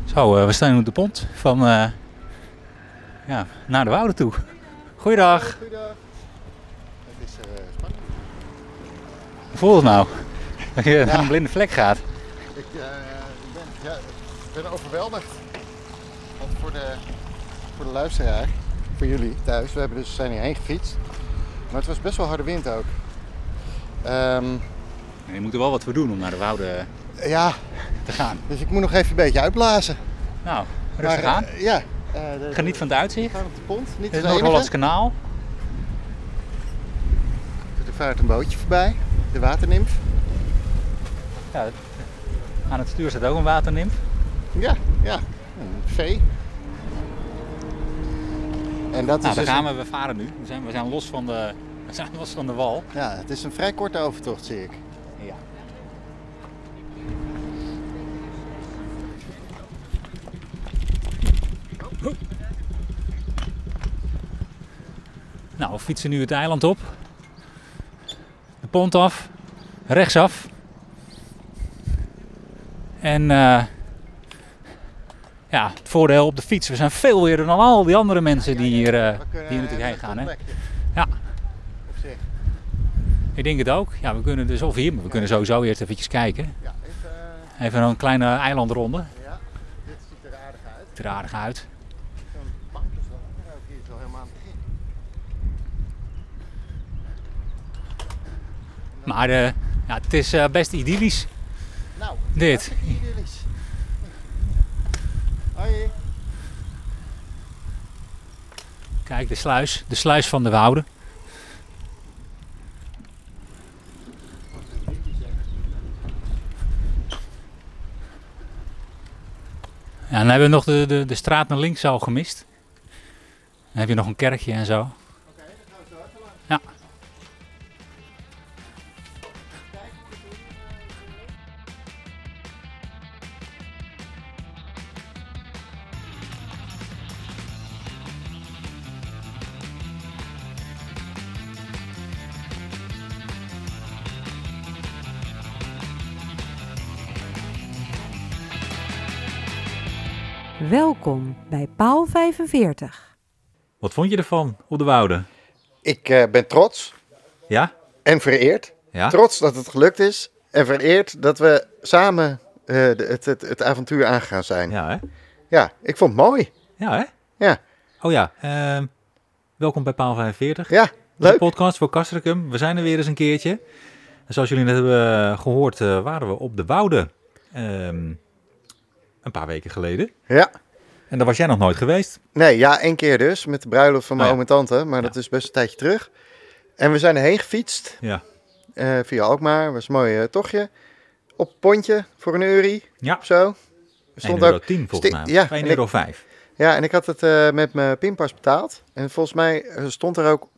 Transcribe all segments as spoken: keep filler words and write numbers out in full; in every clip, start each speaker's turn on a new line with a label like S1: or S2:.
S1: Zo, uh, we staan op de pont van uh, ja, naar de Wouden toe. Goeiedag.
S2: Goeiedag. Het is uh, spannend.
S1: Hoe voelt het nou? Dat je naar een blinde vlek gaat.
S2: Ik, uh, ik, ben, ja, ik ben overweldigd. Want voor de, voor de luisteraar, voor jullie thuis, we hebben dus, zijn hierheen gefietst. Maar het was best wel harde wind ook. Um,
S1: je moet er wel wat voor doen om naar de Wouden
S2: ja,
S1: te gaan.
S2: Dus ik moet nog even een beetje uitblazen.
S1: Nou, rustig
S2: maar,
S1: aan.
S2: Uh, ja. Uh, de,
S1: Geniet van het uitzicht.
S2: We gaan op de pont. Niet
S1: Dit is het Noord-Hollands kanaal.
S2: Er vaart een bootje voorbij. De waternimf.
S1: Ja, aan het stuur staat ook een waternimf.
S2: Ja, ja. Een vee. En dat
S1: nou,
S2: is
S1: daar
S2: dus
S1: gaan we. We varen nu. We zijn, we zijn, los, van de, we zijn los van de wal.
S2: Ja, het is een vrij korte overtocht, zie ik.
S1: Ja. Nou, we fietsen nu het eiland op. De pont af. Rechtsaf. En uh, ja, het voordeel op de fiets. We zijn veel weer dan al die andere mensen ja, ja, ja. die hier, uh, die hier natuurlijk heen gaan. Hè? Ja.
S2: Op zich.
S1: Ik denk het ook. Ja, we kunnen dus, of hier, maar we kunnen sowieso eerst eventjes kijken.
S2: Ja, even, uh...
S1: even een kleine eilandronde.
S2: Ja, dit ziet er aardig uit.
S1: Ziet er aardig uit.
S2: Zo'n bank is wel lekker ook hier, zo helemaal aan het begin.
S1: Maar uh, ja, het is uh, best idyllisch.
S2: Nou,
S1: dit.
S2: idyllisch. Hoi.
S1: Kijk, de sluis. De sluis van de Wouden. Ja, dan hebben we nog de, de, de straat naar links al gemist. Dan heb je nog een kerkje en zo.
S2: Oké, okay, dan gaan we zo even langs.
S1: Ja.
S3: Welkom bij Paal vijfenveertig.
S1: Wat vond je ervan op de Wouden?
S2: Ik uh, ben trots.
S1: Ja?
S2: En vereerd.
S1: Ja?
S2: Trots dat het gelukt is. En vereerd dat we samen uh, de, het, het, het avontuur aangegaan zijn.
S1: Ja, hè?
S2: Ja, ik vond het mooi.
S1: Ja, hè?
S2: Ja.
S1: Oh ja, uh, welkom bij Paal vijfenveertig.
S2: Ja, leuk.
S1: De podcast voor Castricum. We zijn er weer eens een keertje. En zoals jullie net hebben gehoord, uh, waren we op de Wouden. Um, Een paar weken geleden.
S2: Ja.
S1: En daar was jij nog nooit geweest?
S2: Nee, ja, één keer dus. Met de bruiloft van mijn
S1: oh, ja.
S2: oom en tante. Maar
S1: ja.
S2: dat is best een tijdje terug. En we zijn erheen gefietst.
S1: Ja.
S2: Uh, via Alkmaar. Was een mooi uh, tochtje. Op het pontje voor een euro.
S1: Ja.
S2: Of zo.
S1: één euro tien volgens mij.
S2: Ja,
S1: één euro vijf.
S2: Ja, en ik had het uh, met mijn pinpas betaald. En volgens mij stond er ook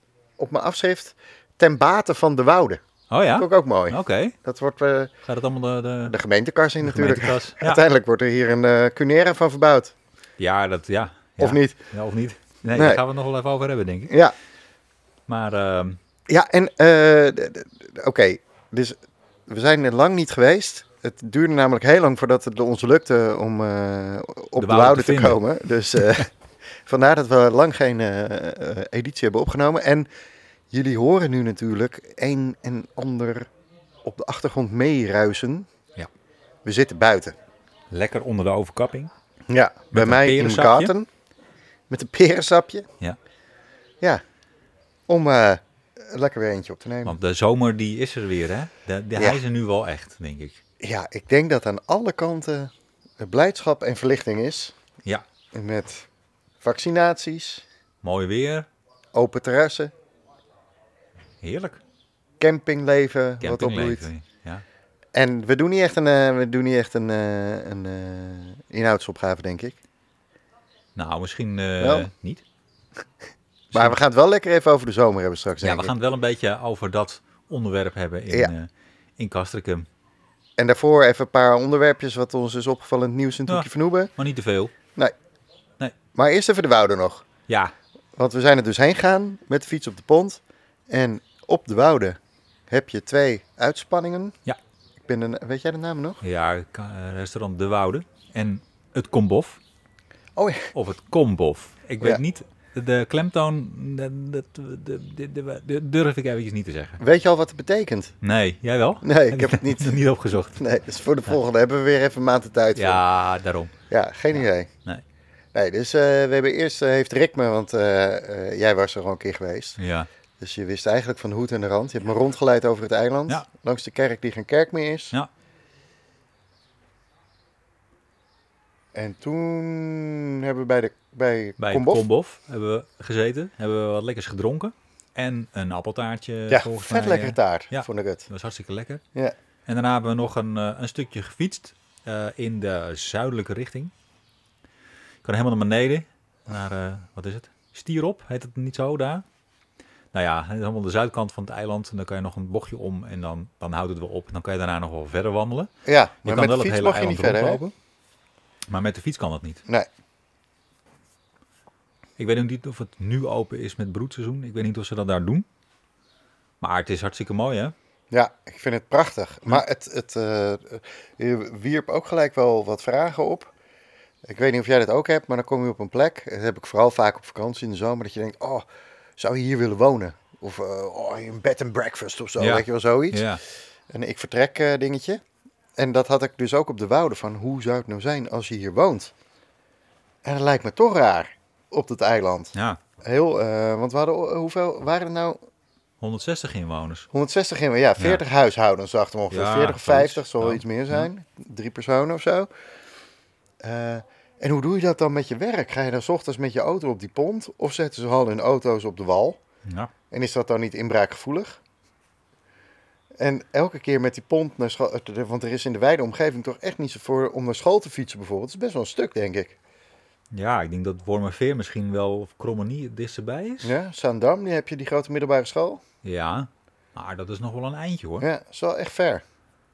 S2: op mijn afschrift ten bate van de Wouden.
S1: Oh ja?
S2: Dat vond ik ook mooi.
S1: Oké. Okay.
S2: Dat wordt... Uh,
S1: Gaat het allemaal de... De,
S2: de gemeentekas in
S1: de
S2: natuurlijk.
S1: Gemeentekas, ja.
S2: Uiteindelijk wordt er hier een uh, Cunera van verbouwd.
S1: Ja, dat... Ja. ja.
S2: Of niet?
S1: Ja, of niet. Nee,
S2: nee,
S1: daar gaan we het nog wel even over hebben, denk ik.
S2: Ja.
S1: Maar... Uh...
S2: Ja, en... Uh, Oké, okay. Dus we zijn er lang niet geweest. Het duurde namelijk heel lang voordat het ons lukte om uh, op de, de Wouden te, te komen. Dus uh, vandaar dat we lang geen uh, uh, editie hebben opgenomen. En jullie horen nu natuurlijk een en ander op de achtergrond meeruisen.
S1: Ja.
S2: We zitten buiten.
S1: Lekker onder de overkapping.
S2: Ja, met bij mij in de garten. Met een perensapje.
S1: Ja.
S2: Ja, om uh, lekker weer eentje op te nemen.
S1: Want de zomer die is er weer, hè? De, de, ja. Hij is er nu wel echt, denk ik.
S2: Ja, ik denk dat aan alle kanten blijdschap en verlichting is.
S1: Ja.
S2: Met vaccinaties.
S1: Mooi weer.
S2: Open terrassen.
S1: Heerlijk.
S2: Campingleven,
S1: Campingleven
S2: wat opbloeit.
S1: Ja.
S2: En we doen niet echt een, uh, we doen niet echt een, uh, een uh, inhoudsopgave, denk ik.
S1: Nou, misschien uh, niet.
S2: Maar we gaan het wel lekker even over de zomer hebben straks, denk
S1: Ja, we
S2: ik.
S1: gaan het wel een beetje over dat onderwerp hebben in, ja. uh, in Castricum.
S2: En daarvoor even een paar onderwerpjes wat ons is opgevallen in het nieuws in Toekje
S1: ja,
S2: van Hoebe.
S1: Maar niet te veel.
S2: Nee.
S1: nee.
S2: Maar eerst even de Wouden nog.
S1: Ja.
S2: Want we zijn er dus heen gegaan met de fiets op de pont. En op de Wouden heb je twee uitspanningen.
S1: Ja.
S2: Ik ben een, weet jij de naam nog?
S1: Ja, restaurant De Wouden. En het Kombof.
S2: Oh ja.
S1: Of het Kombof. Ik weet
S2: Ja.
S1: niet, de klemtoon, de, de, de, de, de, de durf ik eventjes niet te zeggen.
S2: Weet je al wat het betekent?
S1: Nee, jij wel?
S2: Nee, ik heb het niet.
S1: niet opgezocht.
S2: Nee, dus voor de volgende hebben we weer even een maand de tijd voor.
S1: Ja, daarom.
S2: Ja, geen idee.
S1: Nee.
S2: Nee, dus uh, we hebben eerst, uh, heeft Rick me, want uh, uh, jij was er al een keer geweest.
S1: Ja.
S2: Dus je wist eigenlijk van de hoed en de rand. Je hebt me rondgeleid over het eiland.
S1: Ja.
S2: Langs de kerk die geen kerk meer is.
S1: Ja.
S2: En toen hebben we bij de bij,
S1: Bij
S2: Kombof.
S1: Kombof hebben we gezeten. Hebben we wat lekkers gedronken. En een appeltaartje.
S2: Ja,
S1: volgens
S2: vet
S1: mij,
S2: lekkere
S1: uh,
S2: taart,
S1: ja.
S2: vond ik het.
S1: Dat was hartstikke lekker.
S2: Ja.
S1: En daarna hebben we nog een, uh, een stukje gefietst. Uh, in de zuidelijke richting. Ik kan helemaal naar beneden. Naar, uh, wat is het? Stierop, heet het niet zo daar? Nou ja, helemaal de zuidkant van het eiland. En dan kan je nog een bochtje om en dan, dan houdt het wel op. Dan kan je daarna nog wel verder wandelen.
S2: Ja,
S1: je
S2: maar
S1: kan
S2: met
S1: wel
S2: de
S1: het
S2: fiets
S1: hele
S2: mag je
S1: eiland
S2: niet verder, hè?
S1: rondlopen. Maar met de fiets kan dat niet.
S2: Nee.
S1: Ik weet ook niet of het nu open is met broedseizoen. Ik weet niet of ze dat daar doen. Maar het is hartstikke mooi, hè?
S2: Ja, ik vind het prachtig. Maar het, het uh, je wierp ook gelijk wel wat vragen op. Ik weet niet of jij dat ook hebt, maar dan kom je op een plek. Dat heb ik vooral vaak op vakantie in de zomer. Dat je denkt, oh, zou je hier willen wonen? Of uh, oh, een bed and breakfast of zo,
S1: Ja.
S2: weet je wel, zoiets.
S1: Ja.
S2: En ik vertrek uh, dingetje. En dat had ik dus ook op de Woude van, hoe zou het nou zijn als je hier woont? En dat lijkt me toch raar op dat eiland.
S1: Ja,
S2: Heel, uh, want we hadden, hoeveel waren er nou?
S1: honderdzestig inwoners.
S2: honderdzestig in, ja, veertig ja. huishoudens dachten we ongeveer.
S1: Ja,
S2: veertig of vijftig,
S1: zoiets.
S2: zal wel
S1: Ja.
S2: iets meer zijn. Drie personen of zo. Uh, en hoe doe je dat dan met je werk? Ga je dan 's ochtends met je auto op die pont? Of zetten ze al hun auto's op de wal?
S1: Ja.
S2: En is dat dan niet inbraakgevoelig? En elke keer met die pont naar school... Want er is in de wijde omgeving toch echt niet zo voor om naar school te fietsen bijvoorbeeld. Het is best wel een stuk, denk ik.
S1: Ja, ik denk dat Wormerveer misschien wel, of Krommenie, het dichtst bij is.
S2: Ja, Zaandam, die heb je die grote middelbare school.
S1: Ja, maar dat is nog wel een eindje, hoor.
S2: Ja, dat is wel echt ver.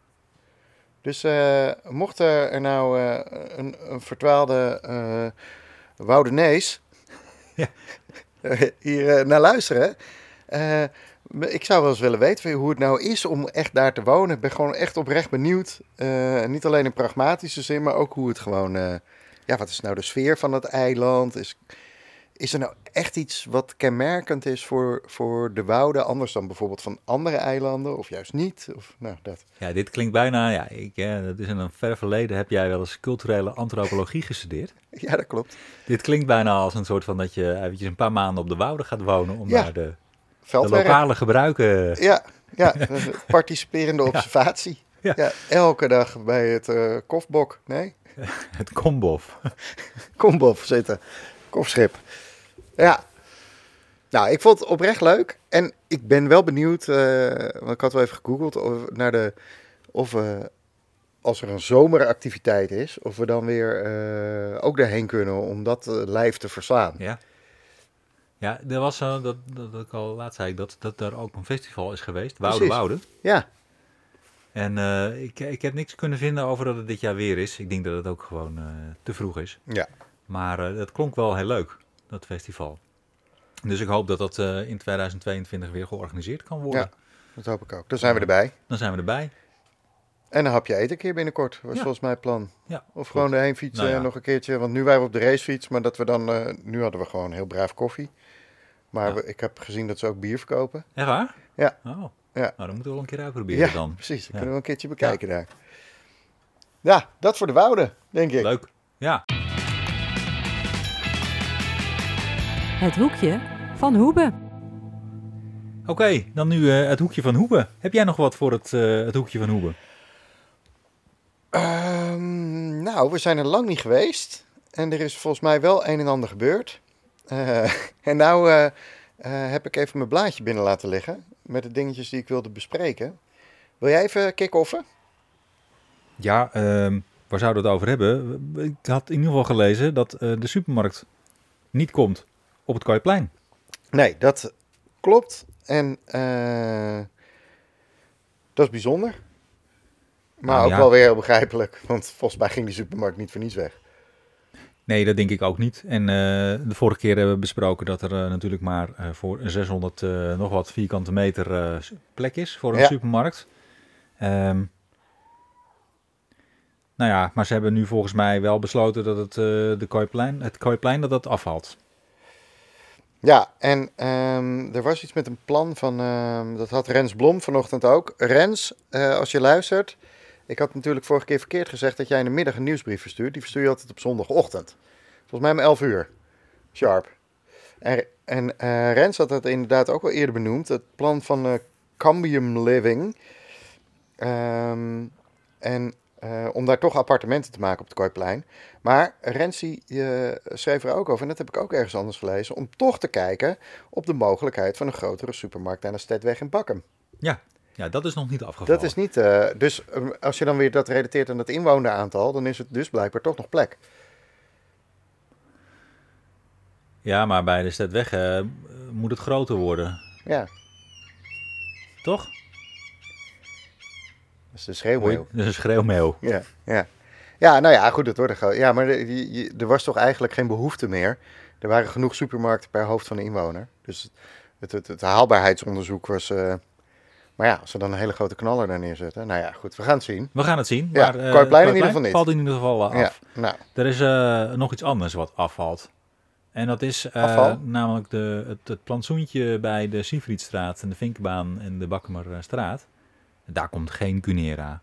S2: Dus uh, mocht er nou uh, een, een verdwaalde uh, Woudenees
S1: Ja.
S2: hier uh, naar luisteren... Uh, ik zou wel eens willen weten hoe het nou is om echt daar te wonen. Ik ben gewoon echt oprecht benieuwd. Uh, niet alleen in pragmatische zin, maar ook hoe het gewoon... Uh, ja, wat is nou de sfeer van het eiland? Is, is er nou echt iets wat kenmerkend is voor, voor de Woude, anders dan bijvoorbeeld van andere eilanden, of juist niet? Of, nou, dat.
S1: Ja, dit klinkt bijna, ja, ik, ja, dat is in een ver verleden, heb jij wel eens culturele antropologie gestudeerd?
S2: Ja, dat klopt.
S1: Dit klinkt bijna als een soort van dat je eventjes een paar maanden op de Woude gaat wonen om
S2: Ja,
S1: daar de, de
S2: veldwerk.
S1: lokale gebruiken...
S2: Ja, ja, participerende observatie.
S1: Ja.
S2: Ja, elke dag bij het uh, kofbok, nee?
S1: Het Kombof.
S2: Kombof zitten, kofschip. Ja, nou, ik vond het oprecht leuk. En ik ben wel benieuwd, uh, want ik had wel even gegoogeld, of, naar de, of uh, als er een zomeractiviteit is, of we dan weer uh, ook daarheen kunnen om dat uh, lijf te verslaan.
S1: Ja. Ja, er was, uh, dat, dat, dat ik al laatst zei, dat, dat er ook een festival is geweest, Woude
S2: Precies.
S1: Woude.
S2: Ja.
S1: En uh, ik, ik heb niks kunnen vinden over dat het dit jaar weer is. Ik denk dat het ook gewoon uh, te vroeg is.
S2: Ja.
S1: Maar uh, het klonk wel heel leuk, dat festival. Dus ik hoop dat dat uh, in tweeduizend tweeëntwintig weer georganiseerd kan worden.
S2: Ja, dat hoop ik ook. Dan zijn we erbij.
S1: Dan zijn we erbij.
S2: En een hapje eten een keer binnenkort, was
S1: Ja.
S2: volgens mij het plan.
S1: Ja,
S2: Of
S1: klopt.
S2: gewoon erheen fietsen
S1: Nou ja.
S2: nog een keertje. Want nu waren we op de racefiets, maar dat we dan... Uh, nu hadden we gewoon heel braaf koffie. Maar
S1: Ja.
S2: we, ik heb gezien dat ze ook bier verkopen.
S1: Echt waar?
S2: Ja.
S1: Oh.
S2: Ja.
S1: Nou, dan moeten we wel een keer uitproberen
S2: Ja,
S1: dan.
S2: precies. Dat
S1: Ja.
S2: kunnen we een keertje bekijken daar. Ja, dat voor de Woude, denk ik.
S1: Leuk. Ja.
S3: Het hoekje van Hoebe.
S1: Oké, okay, dan nu uh, het hoekje van Hoebe. Heb jij nog wat voor het, uh, het hoekje van Hoebe?
S2: Um, nou, we zijn er lang niet geweest. En er is volgens mij wel een en ander gebeurd. Uh, en nou uh, uh, heb ik even mijn blaadje binnen laten liggen. Met de dingetjes die ik wilde bespreken. Wil jij even kick-offen?
S1: Ja, uh, waar zouden we het over hebben? Ik had in ieder geval gelezen dat uh, de supermarkt niet komt op het Kooiplein.
S2: Nee, dat klopt. En uh, dat is bijzonder. Maar
S1: nou,
S2: ook
S1: ja.
S2: wel weer heel begrijpelijk. Want volgens mij ging die supermarkt niet voor niets weg.
S1: Nee, dat denk ik ook niet. En uh, de vorige keer hebben we besproken dat er uh, natuurlijk maar uh, voor zeshonderd uh, nog wat vierkante meter uh, plek is voor een
S2: ja.
S1: supermarkt. Um, Nou ja, maar ze hebben nu volgens mij wel besloten dat het, uh, de Kooiplein, het Kooiplein dat dat afvalt.
S2: Ja, en um, er was iets met een plan van, uh, dat had Rens Blom vanochtend ook. Rens, uh, als je luistert, ik had natuurlijk vorige keer verkeerd gezegd dat jij in de middag een nieuwsbrief verstuurt. Die verstuur je altijd op zondagochtend. Volgens mij om elf uur. Sharp. En, en uh, Rens had dat inderdaad ook al eerder benoemd. Het plan van uh, Cambium Living. Um, en uh, om daar toch appartementen te maken op het Kooiplein. Maar Rens die, uh, schreef er ook over, en dat heb ik ook ergens anders gelezen, om toch te kijken op de mogelijkheid van een grotere supermarkt aan de Stedweg in Bakkum.
S1: Ja. Ja, dat is nog niet afgevallen.
S2: Dat is niet, uh, dus um, als je dan weer dat relateert aan het inwoneraantal, dan is het dus blijkbaar toch nog plek.
S1: Ja, maar bij de Stedweg uh, moet het groter worden.
S2: Ja.
S1: Toch?
S2: Dat is de schreeuwmeeuw.
S1: Dat is een schreeuwmeeuw.
S2: Ja, ja. Ja, nou ja, goed, het wordt er Ja, maar de, je, je, er was toch eigenlijk geen behoefte meer. Er waren genoeg supermarkten per hoofd van de inwoner. Dus het, het, het haalbaarheidsonderzoek was... Uh, maar ja, als ze dan een hele grote knaller daar neerzetten. Nou ja, goed, we gaan het zien.
S1: We gaan het zien.
S2: Ja,
S1: maar, uh,
S2: Kooiplein in ieder geval niet.
S1: Valt in ieder geval uh, af.
S2: Ja, nou.
S1: Er is uh, nog iets anders wat afvalt. En dat is uh, namelijk de, het, het plantsoentje bij de Siegfriedstraat en de Vinkenbaan en de Bakkumerstraat. Daar komt geen Cunera.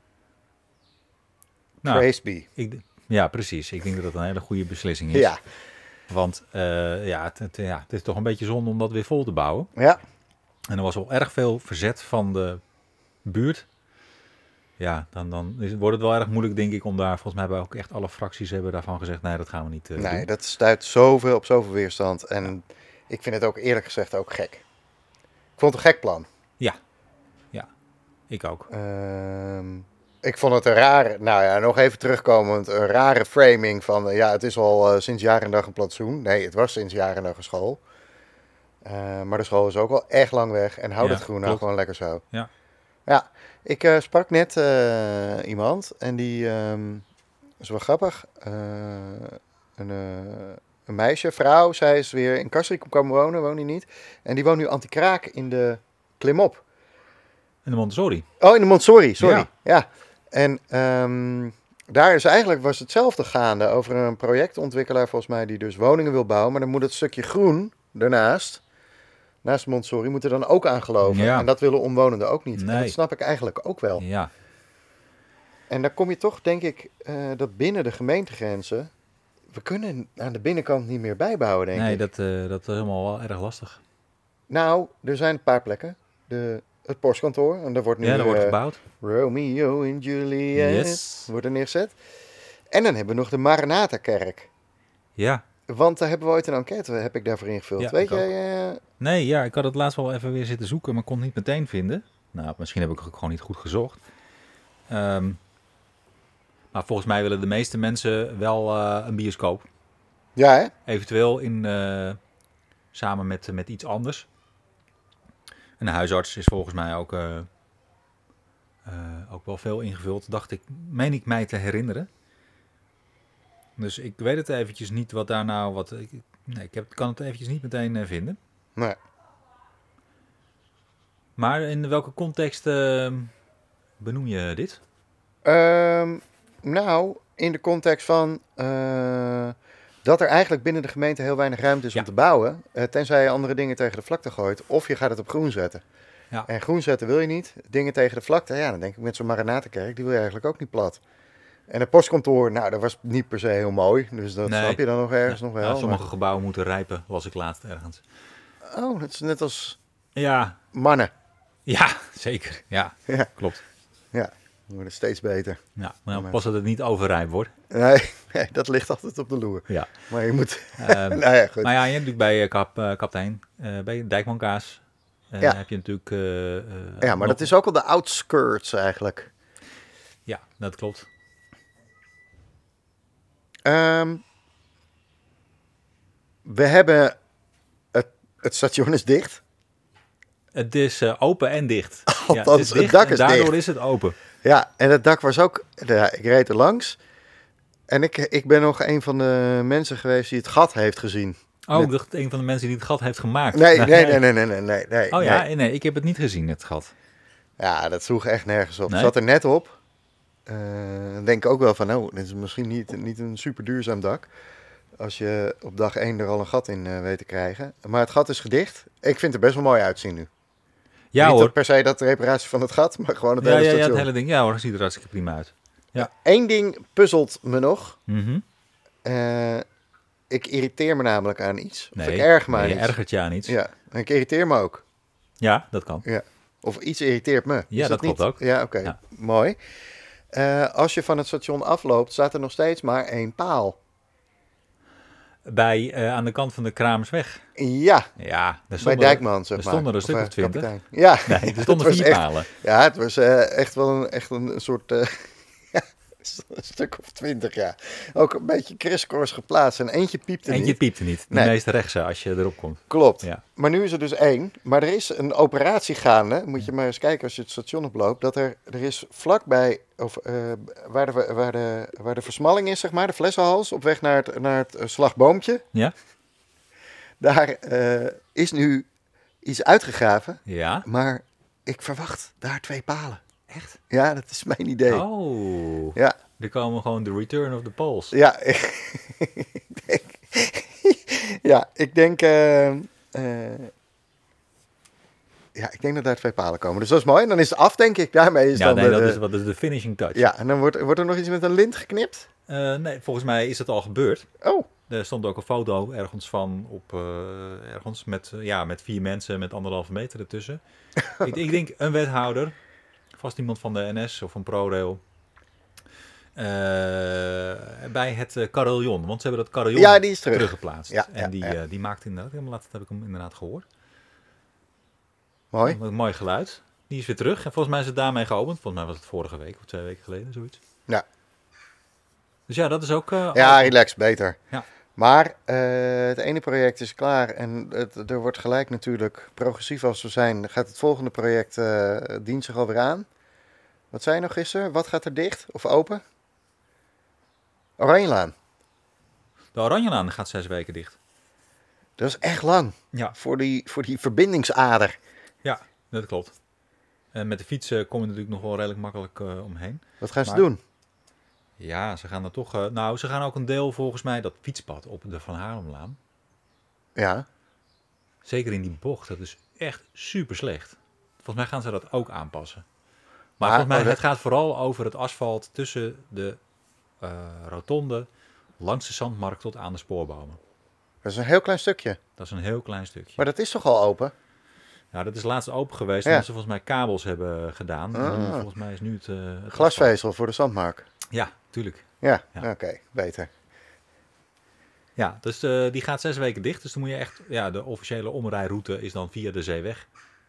S2: Nou, Praise be.
S1: Ik, ja, precies. Ik denk dat dat een hele goede beslissing is.
S2: Ja.
S1: Want uh, ja, het, het, ja, het is toch een beetje zonde om dat weer vol te bouwen.
S2: Ja.
S1: En er was al erg veel verzet van de buurt. Ja, dan, dan is, wordt het wel erg moeilijk, denk ik, om daar... Volgens mij hebben ook echt alle fracties hebben daarvan gezegd... nee, dat gaan we niet uh,
S2: Nee,
S1: doen.
S2: dat stuit zoveel op zoveel weerstand. En ik vind het ook eerlijk gezegd ook gek. Ik vond het een gek plan.
S1: Ja, ja, ik ook.
S2: Um, ik vond het een rare... Nou ja, nog even terugkomend. Een rare framing van... Uh, ja, het is al uh, sinds jaar en dag een plantsoen. Nee, het was sinds jaar en dag een school. Uh, maar de school is ook al echt lang weg. En hou
S1: ja,
S2: het groen nou gewoon lekker zo.
S1: Ja.
S2: Ja, ik uh, sprak net uh, iemand. En die... Um, is wel grappig. Uh, een, uh, een meisje, vrouw. Zij is weer in Kastrikum komen wonen. Woont hij niet. En die woont nu anti-kraak in de Klimop.
S1: In de Montessori.
S2: Oh, in de Montessori, sorry. Ja. ja. En um, daar is eigenlijk was hetzelfde gaande over een projectontwikkelaar volgens mij die dus woningen wil bouwen. Maar dan moet het stukje groen daarnaast, naast de Montessori, moet er dan ook aan geloven. Ja. En dat willen omwonenden ook niet. Nee. En dat snap ik eigenlijk ook wel.
S1: Ja.
S2: En dan kom je toch, denk ik, uh, dat binnen de gemeentegrenzen, we kunnen aan de binnenkant niet meer bijbouwen, denk
S1: nee,
S2: ik.
S1: Nee, dat, uh, dat is helemaal wel erg lastig.
S2: Nou, er zijn een paar plekken. De... Het postkantoor, en daar wordt nu
S1: ja, dat wordt
S2: uh,
S1: gebouwd.
S2: Romeo en Juliet
S1: yes.
S2: wordt er neergezet. En dan hebben we nog de Maranatha-kerk.
S1: Ja.
S2: Want daar hebben we ooit een enquête, heb ik daarvoor ingevuld.
S1: Ja,
S2: Weet jij? Uh...
S1: Nee, ja, ik had het laatst wel even weer zitten zoeken, maar kon het niet meteen vinden. Nou, misschien heb ik het gewoon niet goed gezocht. Um, maar volgens mij willen de meeste mensen wel uh, een bioscoop.
S2: Ja, hè?
S1: Eventueel in, uh, samen met, met iets anders. En de huisarts is volgens mij ook, uh, uh, ook wel veel ingevuld, dacht ik, meen ik mij te herinneren. Dus ik weet het eventjes niet wat daar nou, wat, ik, nee, ik heb, kan het eventjes niet meteen uh, vinden.
S2: Nee.
S1: Maar in welke context uh, benoem je dit?
S2: Um, nou, in de context van uh, dat er eigenlijk binnen de gemeente heel weinig ruimte is ja. om te bouwen. Uh, tenzij je andere dingen tegen de vlakte gooit. Of je gaat het op groen zetten. Ja. En groen zetten wil je niet. Dingen tegen de vlakte, ja, dan denk ik met zo'n Maranatha-kerk, die wil je eigenlijk ook niet plat. En het postkantoor, nou, dat was niet per se heel mooi. Dus dat nee. snap je dan nog ergens nee. nog wel.
S1: Ja, sommige
S2: maar...
S1: gebouwen moeten rijpen, las ik laatst ergens.
S2: Oh, dat is net als
S1: ja.
S2: mannen.
S1: Ja, zeker. Ja, ja. klopt.
S2: Ja. We worden steeds beter.
S1: Ja, maar pas dat het niet overrijp wordt.
S2: Nee, nee, dat ligt altijd op de loer.
S1: Ja.
S2: Maar je moet...
S1: Um, nou ja, goed. Maar ja, je hebt natuurlijk bij uh, kap, uh, kaptein, uh, bij Dijkmankaas, uh, ja. heb je natuurlijk... Uh, uh,
S2: ja, maar nog... dat is ook al de outskirts eigenlijk.
S1: Ja, dat klopt.
S2: Um, we hebben... Het, het station is dicht.
S1: Het is uh, open en dicht.
S2: Althans, ja, het, is dicht, het dak is
S1: daardoor
S2: dicht.
S1: Daardoor is het open.
S2: Ja, en het dak was ook... Ja, ik reed er langs. En ik, ik ben nog een van de mensen geweest die het gat heeft gezien.
S1: Oh, ik dacht een van de mensen die het gat heeft gemaakt.
S2: Nee, nee, nee, nee, nee, nee, nee, nee.
S1: Oh ja, nee. nee, ik heb het niet gezien, het gat.
S2: Ja, dat sloeg echt nergens op. Nee? Het zat er net op. uh, denk ik ook wel van, oh, dit is misschien niet, niet een super duurzaam dak. Als je op dag één er al een gat in uh, weet te krijgen. Maar het gat is gedicht. Ik vind het er best wel mooi uitzien nu.
S1: Ja
S2: niet
S1: hoor.
S2: per se dat de reparatie van het gat, maar gewoon het
S1: ja,
S2: hele
S1: ja,
S2: station.
S1: Ja, het hele ding. Ja hoor, het ziet er hartstikke prima uit. Ja.
S2: Eén ding puzzelt me nog.
S1: Mm-hmm.
S2: Uh, ik irriteer me namelijk aan iets.
S1: Nee,
S2: of ik erg me aan
S1: nee, je
S2: iets.
S1: ergert je aan iets.
S2: Ja, en ik irriteer me ook.
S1: Ja, dat kan.
S2: Ja. Of iets irriteert me.
S1: Ja,
S2: is
S1: dat,
S2: dat
S1: klopt ook.
S2: Ja, oké. Okay. Ja. Mooi. Uh, als je van het station afloopt, staat er nog steeds maar één paal.
S1: Bij, uh, aan de kant van de Kramersweg.
S2: Ja,
S1: ja
S2: bij Dijkman, zeg
S1: er
S2: maar.
S1: stonden er een stuk of, of twintig.
S2: Kapitein. Ja.
S1: Nee, er stonden vier
S2: echt,
S1: palen.
S2: Ja, het was uh, echt wel een, echt een soort... Uh, een stuk of twintig, ja. Ook een beetje crisscross geplaatst. En eentje piepte
S1: eentje
S2: niet.
S1: piepte niet. De
S2: nee.
S1: meeste rechtse als je erop komt.
S2: Klopt.
S1: Ja.
S2: Maar nu is er dus één. Maar er is een operatie gaande. Moet je maar eens kijken als je het station oploopt. Dat er, er is vlakbij, of, uh, waar, de, waar, de, waar de versmalling is, zeg maar, de flessenhals, op weg naar het, naar het uh, slagboompje.
S1: Ja.
S2: Daar uh, is nu iets uitgegraven.
S1: Ja.
S2: Maar ik verwacht daar twee palen.
S1: Echt?
S2: Ja, dat is mijn idee.
S1: Oh.
S2: Ja.
S1: Er komen gewoon de Return of the Poles.
S2: Ja, ik denk... ja, ik denk... Uh, uh, ja, ik denk dat daar twee palen komen. Dus dat is mooi. En dan is het af, denk ik. Daarmee is
S1: ja,
S2: dan
S1: nee,
S2: de,
S1: dat is, wat is de finishing touch.
S2: Ja, en dan wordt, wordt er nog iets met een lint geknipt?
S1: Uh, nee, volgens mij is dat al gebeurd.
S2: Oh.
S1: Er stond ook een foto ergens van op uh, ergens met, uh, ja, met vier mensen met anderhalve meter ertussen. ik, ik denk een wethouder, vast iemand van de N S of van ProRail. Uh, bij het uh, carillon, want ze hebben dat carillon
S2: ja, die is terug.
S1: teruggeplaatst.
S2: Ja,
S1: en
S2: ja,
S1: die,
S2: ja.
S1: uh, die maakt inderdaad, helemaal laat, dat heb ik hem inderdaad gehoord.
S2: Mooi.
S1: Een mooi geluid. Die is weer terug. En volgens mij is het daarmee geopend. Volgens mij was het vorige week of twee weken geleden, zoiets.
S2: Ja.
S1: Dus ja, dat is ook... Uh,
S2: ja, relax, beter.
S1: Ja.
S2: Maar uh, het ene project is klaar en het, er wordt gelijk natuurlijk, progressief als we zijn, gaat het volgende project, uh, dient zich alweer aan. Wat zei je nog gisteren? Wat gaat er dicht of open? Oranjelaan.
S1: De Oranjelaan gaat zes weken dicht.
S2: Dat is echt lang.
S1: Ja.
S2: Voor die, voor die verbindingsader.
S1: Ja, dat klopt. En met de fiets uh, kom je natuurlijk nog wel redelijk makkelijk uh, omheen.
S2: Wat gaan ze
S1: maar,
S2: doen?
S1: Ja, ze gaan er toch... Uh, nou, ze gaan ook een deel volgens mij, dat fietspad op de Van Haarlemlaan.
S2: Ja.
S1: Zeker in die bocht, dat is echt super slecht. Volgens mij gaan ze dat ook aanpassen. Maar
S2: ah,
S1: volgens mij,
S2: oh, dat...
S1: het gaat vooral over het asfalt tussen de uh, rotonde, langs de Zandmarkt tot aan de spoorbomen.
S2: Dat is een heel klein stukje.
S1: Dat is een heel klein stukje.
S2: Maar dat is toch al open?
S1: Ja, dat is laatst open geweest,
S2: ja.
S1: omdat ze volgens mij kabels hebben gedaan. Ah. En volgens mij is nu het... Uh, het
S2: Glasvezel
S1: asfalt.
S2: voor de Zandmarkt.
S1: Ja, tuurlijk.
S2: Ja, ja. oké, okay, beter.
S1: Ja, dus uh, die gaat zes weken dicht. Dus dan moet je echt... Ja, de officiële omrijroute is dan via de Zeeweg.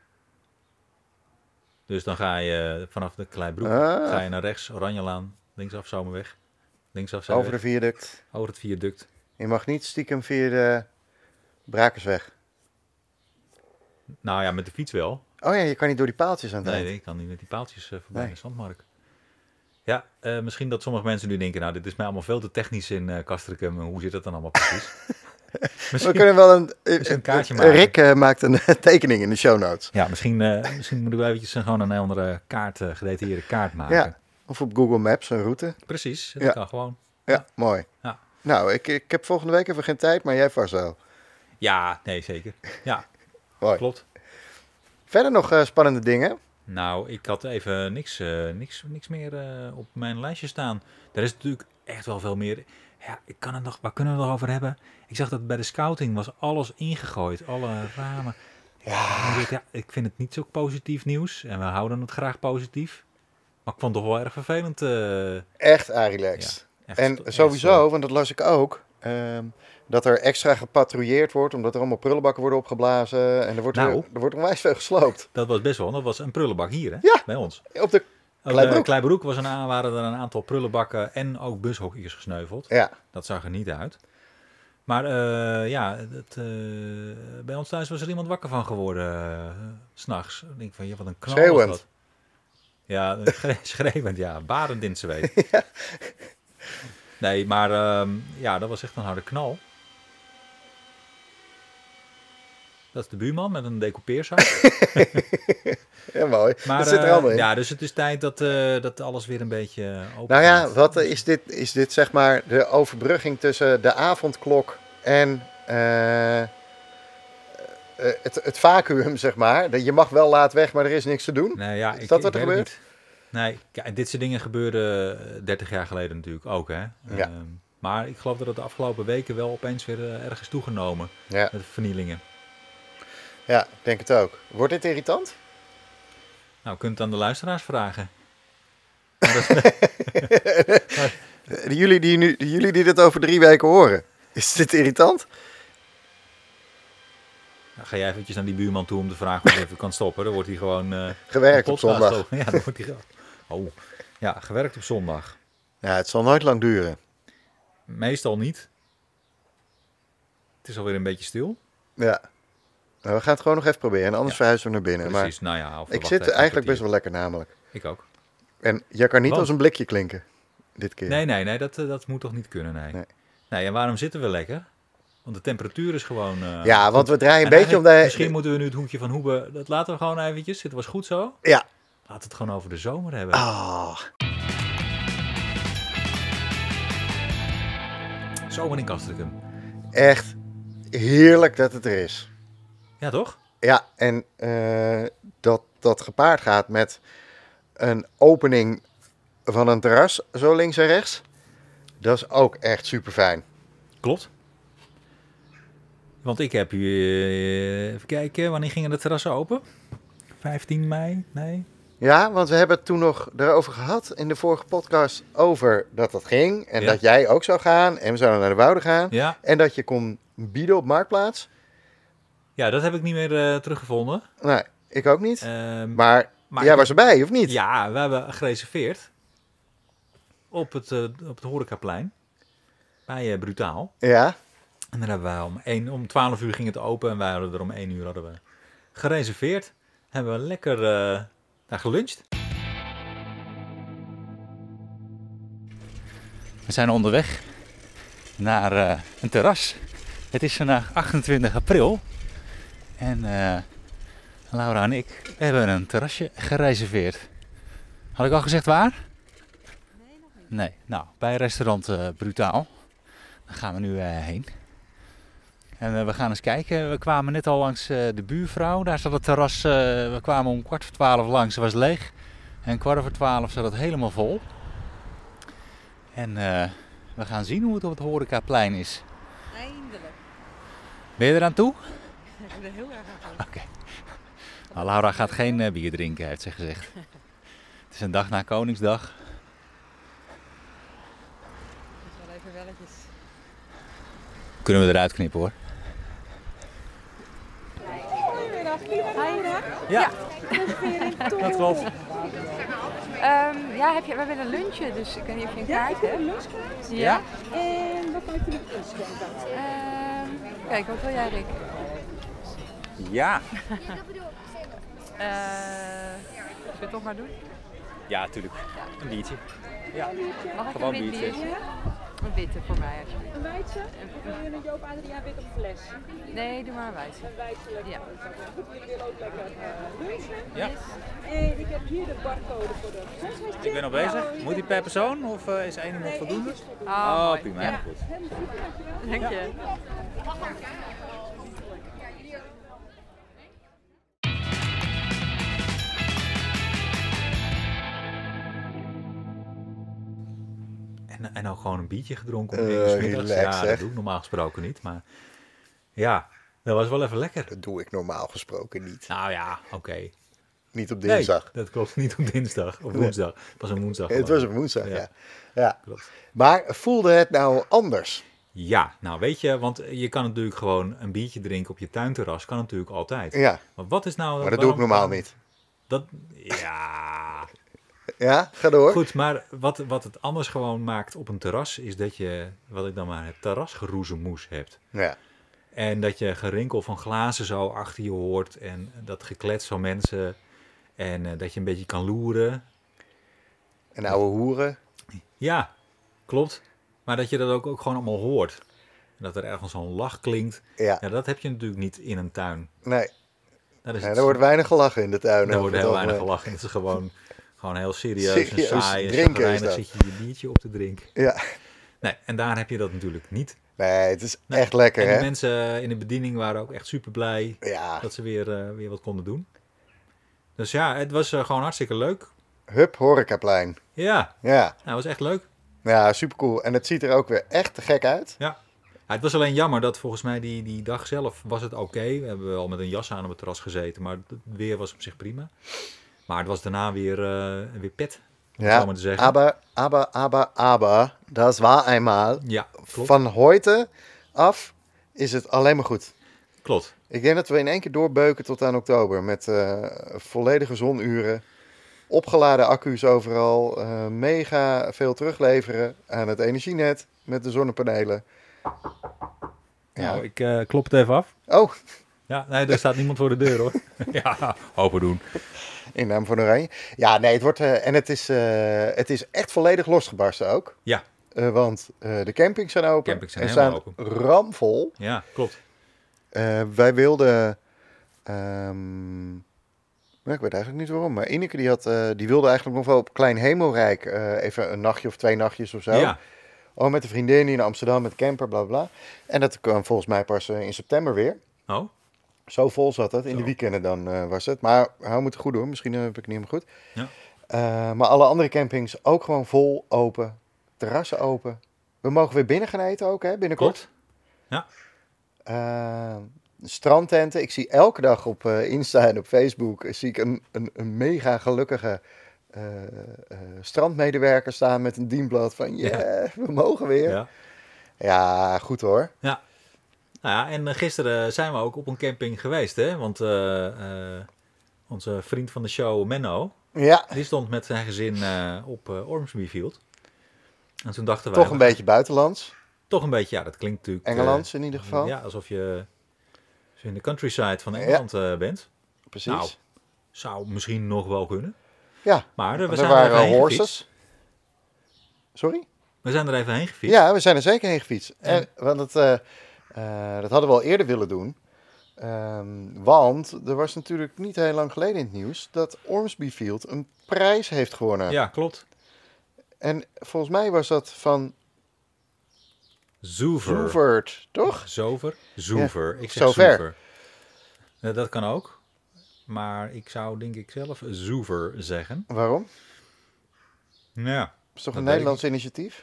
S1: Dus dan ga je vanaf de Kleibroek ah. ga je naar rechts, Oranjelaan, linksaf Zomerweg. Linksaf Zeeweg.
S2: Over de viaduct.
S1: Over het viaduct.
S2: Je mag niet stiekem via de Brakersweg.
S1: Nou ja, met de fiets wel.
S2: Oh ja, je kan niet door die paaltjes aan het
S1: Nee,
S2: eind.
S1: nee, ik kan niet met die paaltjes uh, voorbij
S2: nee.
S1: de Zandmarkt. Ja, uh, misschien dat sommige mensen nu denken, nou, dit is mij allemaal veel te technisch in uh, Castricum. Hoe zit dat dan allemaal precies?
S2: We kunnen wel een,
S1: een, een kaartje maken.
S2: Rick uh, maakt een tekening in de show notes.
S1: Ja, misschien, uh, misschien moeten we eventjes uh, gewoon een andere kaart, uh, gedetailleerde kaart maken.
S2: Ja, of op Google Maps een route.
S1: Precies, dat
S2: ja.
S1: kan gewoon.
S2: Ja, ja. mooi.
S1: Ja.
S2: Nou, ik, ik heb volgende week even geen tijd, maar jij vast wel.
S1: Ja, nee, zeker. Ja,
S2: mooi.
S1: Klopt.
S2: Verder nog uh, spannende dingen?
S1: Nou, ik had even niks, uh, niks, niks meer uh, op mijn lijstje staan. Er is natuurlijk echt wel veel meer. Ja, ik kan het nog, waar kunnen we het nog over hebben? Ik zag dat bij de scouting was alles ingegooid, alle ramen.
S2: Ja.
S1: Ik, ja, ik vind het niet zo positief nieuws en we houden het graag positief. Maar ik vond het toch wel erg vervelend. Uh...
S2: Echt arilex. Ja, echt, en echt sowieso, zo. Want dat las ik ook, um, dat er extra gepatrouilleerd wordt, omdat er allemaal prullenbakken worden opgeblazen. En er wordt,
S1: nou,
S2: weer, er wordt onwijs veel gesloopt.
S1: Dat was best wel, dat was een prullenbak hier, hè?
S2: Ja,
S1: bij ons.
S2: Op de Kleibroek.
S1: Kleibroek was een, waren er een aantal prullenbakken en ook bushokjes gesneuveld.
S2: Ja.
S1: Dat zag er niet uit. Maar uh, ja, het, uh, bij ons thuis was er iemand wakker van geworden, uh, 's nachts. Ik denk van, ja, wat een knal.
S2: Schreeuwend.
S1: Was dat. Ja, schreeuwend, ja. Barend in zijn zweet.
S2: Ja.
S1: Nee, maar um, ja, dat was echt een harde knal. Dat is de buurman met een decoupeerzak.
S2: Ja, mooi.
S1: Maar,
S2: dat zit er
S1: uh,
S2: allemaal in.
S1: Ja, dus het is tijd dat, uh, dat alles weer een beetje open
S2: Nou ja,
S1: gaat.
S2: wat is dit? Is dit zeg maar de overbrugging tussen de avondklok en uh, uh, het, het vacuüm, zeg maar? Je mag wel laat weg, maar er is niks te doen?
S1: Nee, ja,
S2: is
S1: ik,
S2: dat wat
S1: ik
S2: er gebeurt?
S1: Niet. Nee, kijk, dit soort dingen gebeurden dertig jaar geleden natuurlijk ook, hè.
S2: Ja.
S1: Uh, maar ik geloof dat het de afgelopen weken wel opeens weer uh, ergens toegenomen.
S2: Ja.
S1: Met vernielingen.
S2: Ja, ik denk het ook. Wordt dit irritant?
S1: Nou, kunt het aan de luisteraars vragen.
S2: maar... jullie, die nu, jullie die dit over drie weken horen, is dit irritant?
S1: Nou, ga jij eventjes naar die buurman toe om te vragen of hij even kan stoppen. Dan wordt hij gewoon... Uh,
S2: gewerkt op zondag.
S1: Over. Ja, dan wordt hij gewoon... Oh, ja, gewerkt op zondag.
S2: Ja, het zal nooit lang duren.
S1: Meestal niet. Het is alweer een beetje stil.
S2: Ja. Nou, we gaan het gewoon nog even proberen en anders ja. verhuizen we naar binnen.
S1: Precies,
S2: maar
S1: nou ja.
S2: ik zit eigenlijk best wel lekker namelijk.
S1: Ik ook.
S2: En jij kan niet
S1: Want?
S2: als een blikje klinken, dit keer.
S1: Nee, nee, nee, dat, dat moet toch niet kunnen, nee. Nee, nee en waarom zitten we lekker? Want de temperatuur is gewoon... Uh,
S2: ja,
S1: goed.
S2: want we draaien een en beetje om de...
S1: Misschien moeten we nu het hoekje van Hoebe... Dat laten we gewoon eventjes. Dit was goed zo.
S2: Ja.
S1: Laten we het gewoon over de zomer hebben.
S2: Ah.
S1: Zomer in Castricum.
S2: Echt heerlijk dat het er is.
S1: Ja, toch?
S2: Ja, en uh, dat dat gepaard gaat met een opening van een terras, zo links en rechts. Dat is ook echt super fijn.
S1: Klopt. Want ik heb hier, uh, even kijken, wanneer gingen de terrassen open? vijftien mei? Nee?
S2: Ja, want we hebben het toen nog erover gehad in de vorige podcast over dat dat ging. En
S1: ja.
S2: dat jij ook zou gaan en we zouden naar de Woude gaan.
S1: Ja.
S2: En dat je kon bieden op Marktplaats.
S1: Ja, dat heb ik niet meer uh, teruggevonden.
S2: Nee, ik ook niet.
S1: Uh,
S2: maar, maar jij was erbij, of niet?
S1: Ja, we hebben gereserveerd op het, uh, op het horecaplein bij uh, Brutaal.
S2: Ja.
S1: En dan hebben we om, één, om twaalf uur ging het open en wij hadden er om één uur hadden we gereserveerd. Hebben we lekker uh, daar geluncht. We zijn onderweg naar uh, een terras. Het is vandaag achtentwintig april en uh, Laura en ik hebben een terrasje gereserveerd. Had ik al gezegd waar?
S3: Nee, nog niet.
S1: Nee, nou, bij restaurant uh, Brutaal. Daar gaan we nu uh, heen. En uh, we gaan eens kijken. We kwamen net al langs uh, de buurvrouw. Daar zat het terras. Uh, we kwamen om kwart voor twaalf langs. Het was leeg. En kwart voor twaalf zat het helemaal vol. En uh, we gaan zien hoe het op het horecaplein is.
S3: Eindelijk.
S1: Ben je eraan toe?
S3: Ik ben er heel erg aan toe.
S1: Oké. Okay. Nou, Laura gaat geen uh, bier drinken, heeft ze gezegd. Het is een dag na Koningsdag.
S3: Het is wel even welletjes.
S1: Kunnen we eruit knippen hoor.
S4: Goedemiddag. Goedemiddag.
S1: Ja.
S4: ja.
S1: Dat klopt.
S4: Um, ja, heb je, we willen lunchen, dus ik weet niet of je een
S5: ja,
S4: kaart hebt.
S5: een lunchkaart.
S4: Ja.
S5: ja. En wat kan ik jullie inschenken?
S4: Um, kijk, wat wil jij, Rick?
S1: Ja.
S4: uh, Zullen we het toch maar doen?
S1: Ja, tuurlijk. Ja. Een biertje. Ja.
S4: Mag ik
S1: Gewoon
S4: een wit
S1: biertje.
S4: biertje?
S5: Ja.
S4: Een witte voor mij, alsjeblieft.
S5: Een Weidse? Wil je een Joop Adriaan wit of fles?
S4: Nee, doe maar een wijze.
S5: Een Weidse lekker.
S4: Ja.
S5: Goed, jullie willen ook lekker uh, lunchen.
S1: Ja.
S4: Yes.
S5: En ik heb hier de barcode voor de gezondheidscheck.
S1: Ik ben al bezig. Moet die per persoon of uh, is één iemand voldoende?
S4: Oh,
S1: Oh,
S4: mooi.
S1: prima.
S4: Ja.
S1: Ja. Goed.
S4: Dank je.
S1: En, en ook gewoon een biertje gedronken. Om
S2: Uh,
S1: één uur 's middags.
S2: relax,
S1: Ja,
S2: zeg.
S1: dat doe ik normaal gesproken niet. Maar ja, dat was wel even lekker.
S2: Dat doe ik normaal gesproken niet.
S1: Nou ja, oké. Okay.
S2: Niet op dinsdag.
S1: Nee, dat klopt. Niet op dinsdag of woensdag. Het was een woensdag.
S2: Het was op woensdag, ja.
S1: Ja.
S2: ja. ja.
S1: Klopt.
S2: Maar voelde het nou anders?
S1: Ja, nou weet je, want je kan natuurlijk gewoon een biertje drinken op je tuinterras. Kan natuurlijk altijd.
S2: Ja,
S1: Maar wat is nou...
S2: maar dat doe ik normaal niet.
S1: Dat, ja...
S2: Ja, ga door.
S1: Goed, maar wat, wat het anders gewoon maakt op een terras... is dat je, wat ik dan maar het terrasgeroezemoes hebt.
S2: Ja.
S1: En dat je gerinkel van glazen zo achter je hoort... en dat geklets van mensen... en uh, dat je een beetje kan loeren.
S2: En oude hoeren.
S1: Ja, klopt. Maar dat je dat ook, ook gewoon allemaal hoort. En dat er ergens zo'n lach klinkt.
S2: Ja,
S1: Ja, dat heb je natuurlijk niet in een tuin.
S2: nee.
S1: Dat is
S2: nee
S1: het-
S2: er wordt weinig gelachen in de tuin.
S1: er
S2: over
S1: wordt
S2: het
S1: heel weinig
S2: algemeen.
S1: gelachen. Het is gewoon, gewoon heel serieus,
S2: Serieus
S1: en saai. En
S2: drinken is
S1: chagrijnig
S2: dat.
S1: zit je je biertje op te drinken.
S2: Ja,
S1: Nee, en daar heb je dat natuurlijk niet.
S2: nee, het is
S1: Nee.
S2: echt lekker,
S1: En de
S2: hè?
S1: mensen in de bediening waren ook echt super blij
S2: Ja,
S1: dat ze weer, eh, weer wat konden doen. Dus ja, het was eh, gewoon hartstikke leuk.
S2: Hup, horecaplein.
S1: Ja,
S2: Ja,
S1: nou, het was echt leuk.
S2: ja, supercool. En het ziet er ook weer echt te gek uit.
S1: Ja. Ja, het was alleen jammer dat volgens mij die, die dag zelf was het oké. We hebben wel met een jas aan op het terras gezeten, maar het weer was op zich prima. Maar het was daarna weer, eh, weer pet, om het zo
S2: Ja,
S1: maar te zeggen.
S2: aber, aber, aber, aber, das war einmal.
S1: Ja, klopt.
S2: Van heute af is het alleen maar goed.
S1: Klopt.
S2: Ik denk dat we in één keer doorbeuken tot aan oktober. Met eh, volledige zonuren, opgeladen accu's overal, eh, mega veel terugleveren aan het energienet met de zonnepanelen. Ja.
S1: Nou, ik eh, klop het even af.
S2: Oh,
S1: Ja, nee, er staat niemand voor de deur hoor. Ja, open doen.
S2: in naam van Oranje. Ja, nee, het wordt eh, en het is, eh, het is echt volledig losgebarsten ook.
S1: Ja,
S2: Eh, want eh, de campings zijn open.
S1: Campings zijn
S2: en
S1: helemaal
S2: staan ramvol.
S1: ja, klopt.
S2: Eh, wij wilden. ehm, nou, ik weet eigenlijk niet waarom. Maar Ineke die, had, eh, die wilde eigenlijk nog wel op Klein Hemelrijk. eh, even een nachtje of twee nachtjes of zo.
S1: Ja,
S2: Oh, met een vriendin in Amsterdam met camper, bla bla. En dat kwam volgens mij pas eh, in september weer.
S1: oh,
S2: Zo vol zat het. In de
S1: Zo.
S2: weekenden dan eh, was het. Maar hou me het goed doen. Misschien eh, heb ik het niet helemaal goed.
S1: Ja.
S2: Eh, maar alle andere campings ook gewoon vol open. Terrassen open. We mogen weer binnen gaan eten ook, hè, binnenkort.
S1: klopt.
S2: Eh, strandtenten. Ik zie elke dag op eh, Insta en op Facebook eh, zie ik een, een, een mega gelukkige eh, eh, strandmedewerker staan met een dienblad van ja,
S1: Ja.
S2: we mogen weer. Ja.
S1: Ja.
S2: goed hoor.
S1: Nou ja, en eh, gisteren zijn we ook op een camping geweest, hè? Want eh, eh, onze vriend van de show, Menno,
S2: Ja,
S1: die stond met zijn gezin eh, op eh Ormsby Field. En toen dachten wij...
S2: toch een beetje buitenlands.
S1: Toch een beetje, ja, dat klinkt natuurlijk... eh,
S2: Engelands in ieder geval.
S1: Ja, alsof je alsof je in de countryside van Engeland eh, bent.
S2: Precies.
S1: Nou, zou misschien nog wel kunnen.
S2: ja,
S1: Maar eh, we
S2: er
S1: zijn er even
S2: waren
S1: heen gefietst.
S2: horses. Sorry?
S1: We zijn er even heen gefietst.
S2: Ja, we zijn er zeker heen gefietst. En,
S1: En-
S2: want het, eh, eh, dat hadden we al eerder willen doen. Ehm, want er was natuurlijk niet heel lang geleden in het nieuws dat Ormsby Field een prijs heeft gewonnen.
S1: Ja, klopt.
S2: En volgens mij was dat van
S1: Zoever.
S2: Zoevert, toch?
S1: Zover? Zoever. Ik zeg
S2: Zover.
S1: Zoever. Eh, dat kan ook. Maar ik zou denk ik zelf Zoever zeggen.
S2: Waarom?
S1: Nou ja,
S2: Dat is toch
S1: Dat
S2: een
S1: weet
S2: Nederlands initiatief?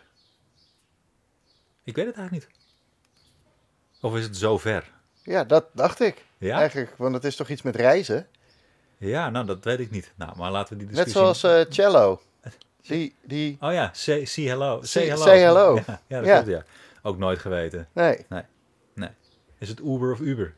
S1: ik weet het eigenlijk niet. Of is het Zover?
S2: Ja, dat dacht ik.
S1: Ja?
S2: Eigenlijk, want het is toch iets met reizen?
S1: Ja, nou dat weet ik niet. Nou, maar laten we die
S2: Net
S1: discussie...
S2: zoals eh, Cello. Die, die...
S1: Oh ja, say, say hello. Say
S2: Say-
S1: hello.
S2: say hello.
S1: Ja, ja, dat
S2: Ja.
S1: klopt, ja. Ook nooit geweten.
S2: Nee.
S1: Is het Uber of Uber?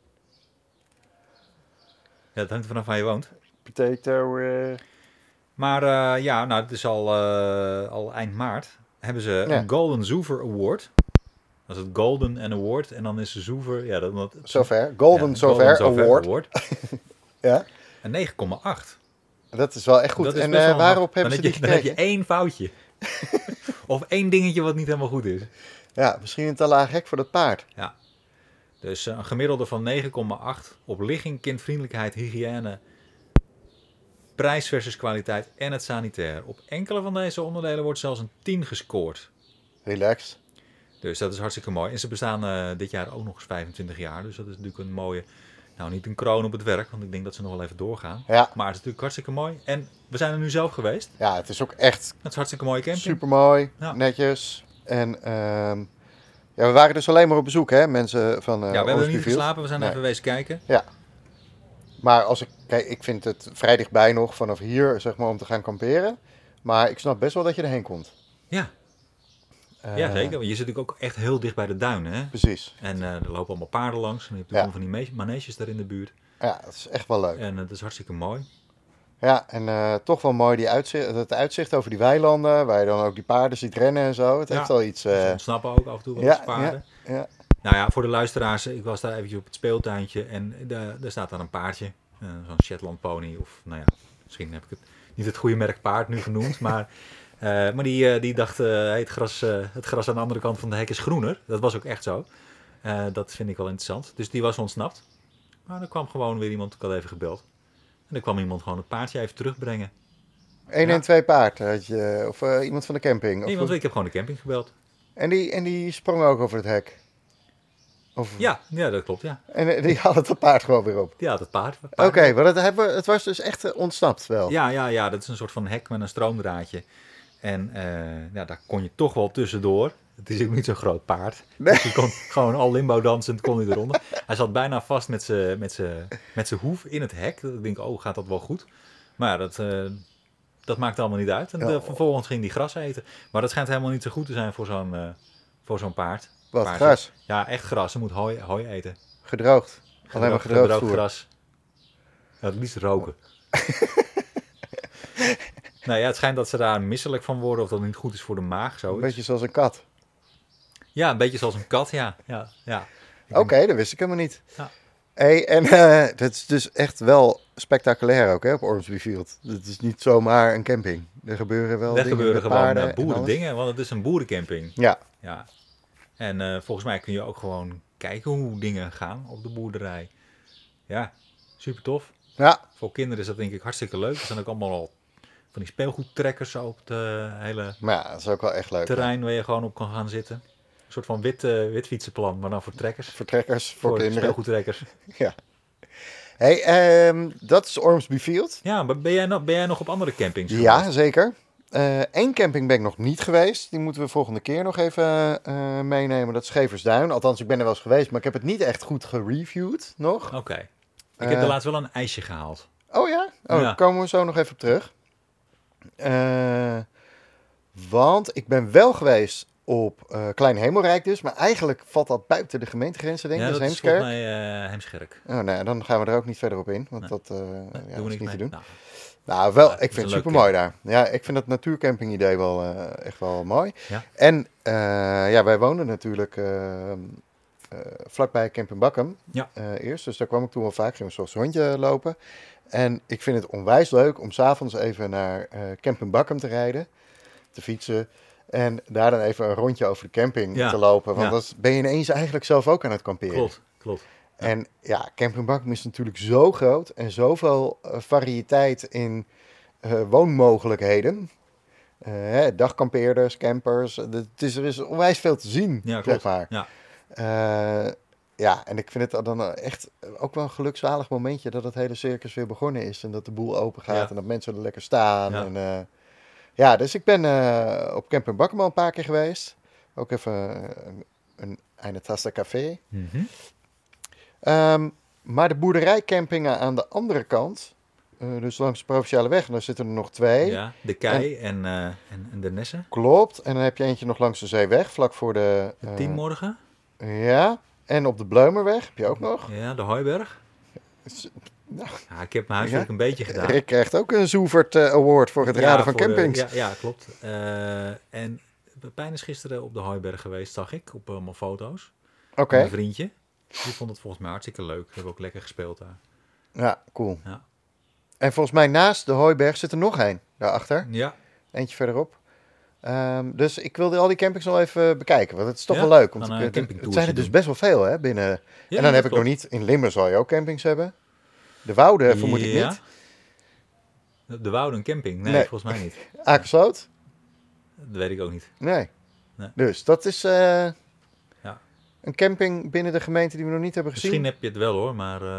S1: Ja, dat hangt er vanaf waar je woont.
S2: Potato... eh,
S1: Maar eh, ja, nou, het is al, eh, al eind maart. Hebben ze
S2: Ja.
S1: een Golden Zoever Award. Dat is het Golden en Award. En dan is de Zoever... Ja, dat, dat,
S2: Zover. Golden
S1: ja,
S2: Zover
S1: Zover
S2: Award. Ja.
S1: Een negen komma acht.
S2: Dat is wel echt goed.
S1: Dat is
S2: En
S1: best
S2: eh,
S1: wel
S2: waarop
S1: dan
S2: hebben ze
S1: heb
S2: die
S1: je, Dan heb
S2: gekregen?
S1: je één foutje. Of één dingetje wat niet helemaal goed is.
S2: Ja, misschien een te laag hek voor dat paard.
S1: Dus eh, een gemiddelde van negen komma acht op ligging, kindvriendelijkheid, hygiëne, prijs versus kwaliteit en het sanitair. Op enkele van deze onderdelen wordt zelfs een tien gescoord.
S2: Relaxed.
S1: Dus dat is hartstikke mooi. En ze bestaan eh, dit jaar ook nog eens vijfentwintig jaar. Dus dat is natuurlijk een mooie, nou niet een kroon op het werk, want ik denk dat ze nog wel even doorgaan.
S2: Ja.
S1: Maar het is natuurlijk hartstikke mooi. En we zijn er nu zelf geweest.
S2: Ja, het is ook echt
S1: Het is een hartstikke mooie camping.
S2: super mooi.
S1: Ja.
S2: Netjes. En ehm, ja, we waren dus alleen maar op bezoek, hè, mensen van eh
S1: Ja, we hebben er
S2: Ormsby
S1: niet
S2: Field.
S1: geslapen. We zijn
S2: Nee.
S1: even wezen kijken.
S2: Maar als ik, kijk, ik vind het vrij dichtbij nog vanaf hier, zeg maar, om te gaan kamperen. Maar ik snap best wel dat je erheen komt.
S1: Ja,
S2: Eh,
S1: ja zeker. Want je zit natuurlijk ook echt heel dicht bij de duinen. Hè?
S2: Precies.
S1: En eh, er lopen allemaal paarden langs. En je hebt
S2: Ja.
S1: natuurlijk van die me- maneges daar in de buurt.
S2: Ja, dat is echt wel leuk.
S1: En het is hartstikke mooi.
S2: Ja, en eh, toch wel mooi die uitzicht, het uitzicht over die weilanden, waar je dan ook die paarden ziet rennen en zo. Het
S1: Ja.
S2: heeft wel iets...
S1: Ze
S2: eh,
S1: ontsnappen ook af en toe wel
S2: ja,
S1: eens paarden.
S2: ja.
S1: Nou ja, voor de luisteraars. Ik was daar eventjes op het speeltuintje. En de, er staat daar een paardje. eh, Zo'n Shetland pony. Of nou ja, misschien heb ik het niet het goede merk paard nu genoemd. Maar maar die, uh, die dacht, uh, het, gras, uh, het gras aan de andere kant van de hek is groener. Dat was ook echt zo. Uh, dat vind ik wel interessant. Dus die was ontsnapt. Maar er kwam gewoon weer iemand, ik had even gebeld. En er kwam iemand gewoon het paardje even terugbrengen.
S2: één en twee paard had je, of uh, iemand van de camping? Of
S1: iemand, ik heb gewoon de camping gebeld.
S2: En die, en die sprong ook over het hek? Of...
S1: Ja, ja, dat klopt, ja.
S2: En die had het paard gewoon weer op?
S1: Die had het paard.
S2: Oké, okay, maar het, hebben, het was dus echt ontsnapt wel?
S1: Ja, ja, ja, dat is een soort van hek met een stroomdraadje. En uh, ja, daar kon je toch wel tussendoor. Het is ook niet zo'n groot paard.
S2: Nee.
S1: Dus je kon gewoon al limbo dansend kon hij eronder. Hij zat bijna vast met zijn met zijn, met zijn hoef in het hek. Ik denk, oh, gaat dat wel goed? Maar ja, dat, uh, dat maakt allemaal niet uit. En de, vervolgens ging hij gras eten. Maar dat schijnt helemaal niet zo goed te zijn voor zo'n, uh, voor zo'n paard.
S2: Wat,
S1: paard.
S2: Gras?
S1: Ja, echt gras. Ze moet hooi, hooi eten.
S2: Gedroogd?
S1: Gedroogd,
S2: Alleen maar gedroogd, gedroogd voer.
S1: Gras. Ja, het liefst roken. Nou ja, het schijnt dat ze daar misselijk van worden of dat het niet goed is voor de maag. Zoiets.
S2: Een beetje zoals een kat.
S1: Ja, een beetje zoals een kat, ja. ja, ja.
S2: Oké, okay, dat wist ik helemaal niet.
S1: Ja.
S2: Hey, en uh, dat is dus echt wel spectaculair ook, hè, op Ormsby Field. Het is niet zomaar een camping. Er gebeuren wel
S1: er
S2: dingen
S1: gebeuren
S2: met
S1: gewoon
S2: paarden
S1: uh, boerendingen, want het is een boerencamping.
S2: Ja.
S1: ja. En uh, volgens mij kun je ook gewoon kijken hoe dingen gaan op de boerderij. Ja, super tof.
S2: Ja.
S1: Voor kinderen is dat denk ik hartstikke leuk. Er zijn ook allemaal al van die speelgoedtrekkers op het uh, hele
S2: maar ja, dat is ook wel echt leuk,
S1: terrein
S2: hè?
S1: Waar je gewoon op kan gaan zitten. Een soort van wit, uh, wit fietsenplan, maar dan voor trekkers.
S2: Voor trekkers, voor,
S1: voor
S2: kinderen.
S1: Speelgoedtrekkers.
S2: Ja. Hey, um, dat is Ormsby Field.
S1: Ja, maar ben jij nog, ben jij nog op andere campings geweest?
S2: Ja, zeker. Eén uh, camping ben ik nog niet geweest. Die moeten we volgende keer nog even uh, meenemen. Dat is Scheversduin. Althans, ik ben er wel eens geweest, maar ik heb het niet echt goed gereviewd nog.
S1: Oké. Okay. Ik uh, heb er laatst wel een ijsje gehaald.
S2: Oh ja? Oh, ja. Daar komen we zo nog even op terug. Uh, want ik ben wel geweest op uh, Klein Hemelrijk dus. Maar eigenlijk valt dat buiten de gemeentegrenzen, denk ik.
S1: Ja,
S2: dat,
S1: dat
S2: is
S1: is volgens mij uh, Heemskerk.
S2: Oh nee, dan gaan we er ook niet verder op in. Want
S1: nee.
S2: dat, uh,
S1: nee,
S2: ja,
S1: doen we
S2: dat is niet
S1: mee.
S2: te doen.
S1: Nou,
S2: nou wel,
S1: ja,
S2: ik vind het super mooi daar. Ja, ik vind dat natuurcamping idee wel uh, echt wel mooi.
S1: Ja.
S2: En uh, ja, wij woonden natuurlijk uh, uh, vlakbij Camping Bakkum
S1: ja.
S2: uh, eerst. Dus daar kwam ik toen wel vaak, ging zoals rondje lopen. En ik vind het onwijs leuk om 's avonds even naar uh, Camping Bakkum te rijden, te fietsen. En daar dan even een rondje over de camping ja. te lopen. Want ja. dan ben je ineens eigenlijk zelf ook aan het kamperen.
S1: Klopt, klopt.
S2: Ja. En ja, Camping Bakkum is natuurlijk zo groot en zoveel uh, variëteit in uh, woonmogelijkheden. Uh, hè, dagkampeerders, campers. Het is, er is onwijs veel te zien,
S1: ja, klopt.
S2: zeg maar.
S1: Ja.
S2: Uh, ja, en ik vind het dan echt ook wel een gelukzalig momentje dat het hele circus weer begonnen is. En dat de boel open gaat ja. en dat mensen er lekker staan.
S1: Ja.
S2: En, uh, ja, dus ik ben uh, op Camping Bakkum al een paar keer geweest. Ook even een, een eine Tasse café.
S1: Mm-hmm.
S2: Um, maar de boerderijcampingen aan de andere kant, uh, dus langs de Provinciale Weg, daar zitten er nog twee.
S1: Ja, de Kei en, en, uh, en, en de Nessen.
S2: Klopt, en dan heb je eentje nog langs de Zeeweg, vlak voor de...
S1: De
S2: uh,
S1: Tienmorgen.
S2: Ja, en op de Bleumerweg heb je ook nog.
S1: Ja, de Hooiberg.
S2: Nou,
S1: ja, ik heb mijn huiswerk ja, een beetje gedaan.
S2: Rick krijgt ook een Zoevert uh, Award voor het ja, raden van campings.
S1: De, ja, ja, klopt. Uh, en Pepijn is gisteren op de Hooiberg geweest, zag ik, op allemaal uh, foto's.
S2: Oké. Okay.
S1: Mijn vriendje. Die vond het volgens mij hartstikke leuk. We hebben ook lekker gespeeld daar.
S2: Ja, cool.
S1: Ja.
S2: En volgens mij naast de Hooiberg zit er nog een, daarachter.
S1: Ja.
S2: Eentje verderop. Um, dus ik wilde al die campings nog even bekijken, want het is toch
S1: ja,
S2: wel leuk. Want
S1: dan,
S2: ik,
S1: uh,
S2: het zijn er dus best wel veel, hè, binnen.
S1: Ja,
S2: en dan heb ik
S1: klopt.
S2: nog niet, in Limburg zal je ook campings hebben. De Wouden vermoed ik
S1: ja.
S2: niet.
S1: De, de Wouden camping? Nee, nee, volgens mij niet.
S2: Akersloot?
S1: Dat weet ik ook niet.
S2: Nee.
S1: nee.
S2: Dus dat is uh,
S1: ja.
S2: een camping binnen de gemeente die we nog niet hebben gezien.
S1: Misschien heb je het wel hoor, maar uh,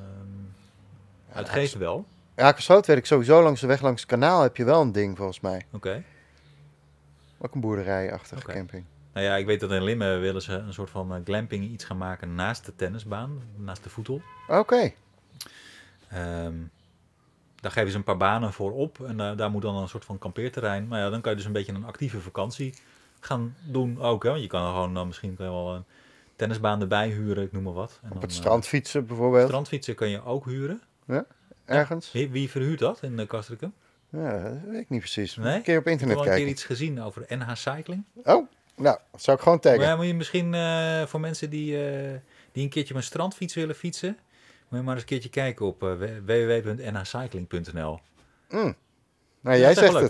S1: ja, het geeft wel.
S2: Akersloot weet ik sowieso, langs de weg langs het kanaal heb je wel een ding volgens mij.
S1: Oké. Okay.
S2: Ook een boerderijachtige
S1: okay.
S2: camping.
S1: Nou ja, ik weet dat in Limmen willen ze een soort van uh, glamping iets gaan maken naast de tennisbaan, naast de voetel.
S2: Oké. Okay.
S1: Um, daar geven ze een paar banen voor op en uh, daar moet dan een soort van kampeerterrein. Maar ja, dan kan je dus een beetje een actieve vakantie gaan doen ook. Hè? Want je kan er gewoon dan misschien kan je wel een tennisbaan erbij huren, ik noem maar wat. En
S2: op
S1: dan,
S2: het strand fietsen uh, bijvoorbeeld.
S1: Strandfietsen kan je ook huren.
S2: Ja, ergens.
S1: Ja, wie, wie verhuurt dat in uh, Castricum?
S2: Ja, dat weet ik niet precies.
S1: Nee?
S2: Een keer op internet kijken.
S1: Ik heb al een keer iets gezien over N H Cycling.
S2: Oh, nou, dat zou ik gewoon taggen.
S1: Maar ja, moet je misschien uh, voor mensen die, uh, die een keertje met een strandfiets willen fietsen, moet je maar eens een keertje kijken op uh, w w w punt n h cycling punt n l.
S2: Mm. Nou, jij zegt het.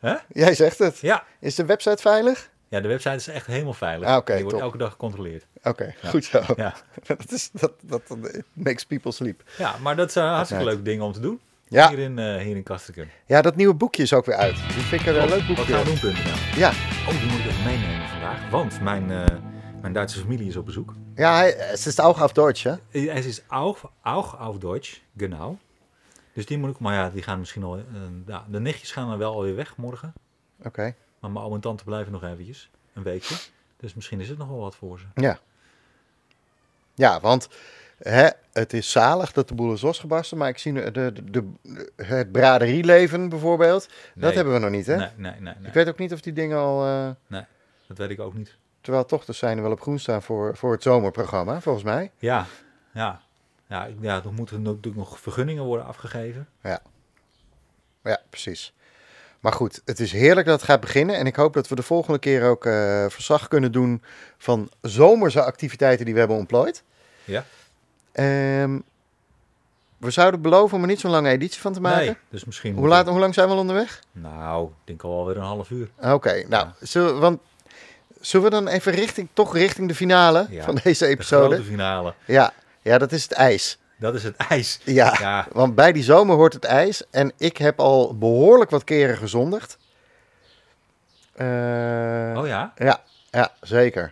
S1: Hè?
S2: Jij zegt het.
S1: Ja.
S2: Is de website veilig?
S1: Ja, de website is echt helemaal veilig.
S2: Ah, oké,
S1: Die wordt
S2: top.
S1: elke dag gecontroleerd.
S2: Oké,
S1: Ja.
S2: goed zo.
S1: Ja,
S2: dat, is, dat, dat makes people sleep.
S1: ja maar dat zijn hartstikke
S2: Right.
S1: leuke dingen om te doen.
S2: Ja.
S1: Hier in, uh, hier in Castricum.
S2: Ja, dat nieuwe boekje is ook weer uit. Die vind ik een
S1: Wat-
S2: leuk boekje.
S1: Wat gaan we doen, punt n l.
S2: Ja,
S1: Oh, die moet ik even meenemen vandaag. Want mijn, uh, mijn Duitse familie is op bezoek.
S2: ja hij, het is ook auf Deutsch, hè?
S1: Het is auch, auch auf Deutsch, genau. Dus die moet ik, maar ja, die gaan misschien al, uh, ja, de nichtjes gaan dan wel alweer weg morgen.
S2: Oké.
S1: Maar mijn oom en tante blijven nog eventjes, een weekje. Dus misschien is het nog wel wat voor ze.
S2: Ja. Ja, want hè, het is zalig dat de boel is losgebarsten, maar ik zie de, de, de, het braderieleven bijvoorbeeld,
S1: Nee.
S2: dat hebben we nog niet, hè?
S1: Nee, nee, nee. nee.
S2: Ik weet ook niet of die dingen al... Uh,
S1: Dat weet ik ook niet.
S2: terwijl toch de seinen wel op groen staan voor, voor het zomerprogramma, volgens mij.
S1: Ja, ja. Ja, ik- ja er moeten natuurlijk nog vergunningen worden afgegeven.
S2: Ja, precies. Maar goed, het is heerlijk dat het gaat beginnen. En ik hoop dat we de volgende keer ook uh, verslag kunnen doen van zomerse activiteiten die we hebben ontplooid.
S1: Ja.
S2: Um, we zouden beloven om er niet zo'n lange editie van te maken.
S1: Nee, dus misschien...
S2: Hoe,
S1: moeten-
S2: laat, hoe lang zijn we al onderweg?
S1: Nou, ik denk al alweer een half uur.
S2: Oké, okay, nou, zullen we, want, zullen we dan even richting, toch richting de finale
S1: Ja,
S2: van deze
S1: De
S2: episode?
S1: grote finale.
S2: Ja, ja, dat is het ijs.
S1: Dat is het ijs.
S2: Ja,
S1: Ja.
S2: want bij die zomer hoort het ijs. En ik heb al behoorlijk wat keren gezondigd. Uh,
S1: Oh ja?
S2: Ja, ja, zeker.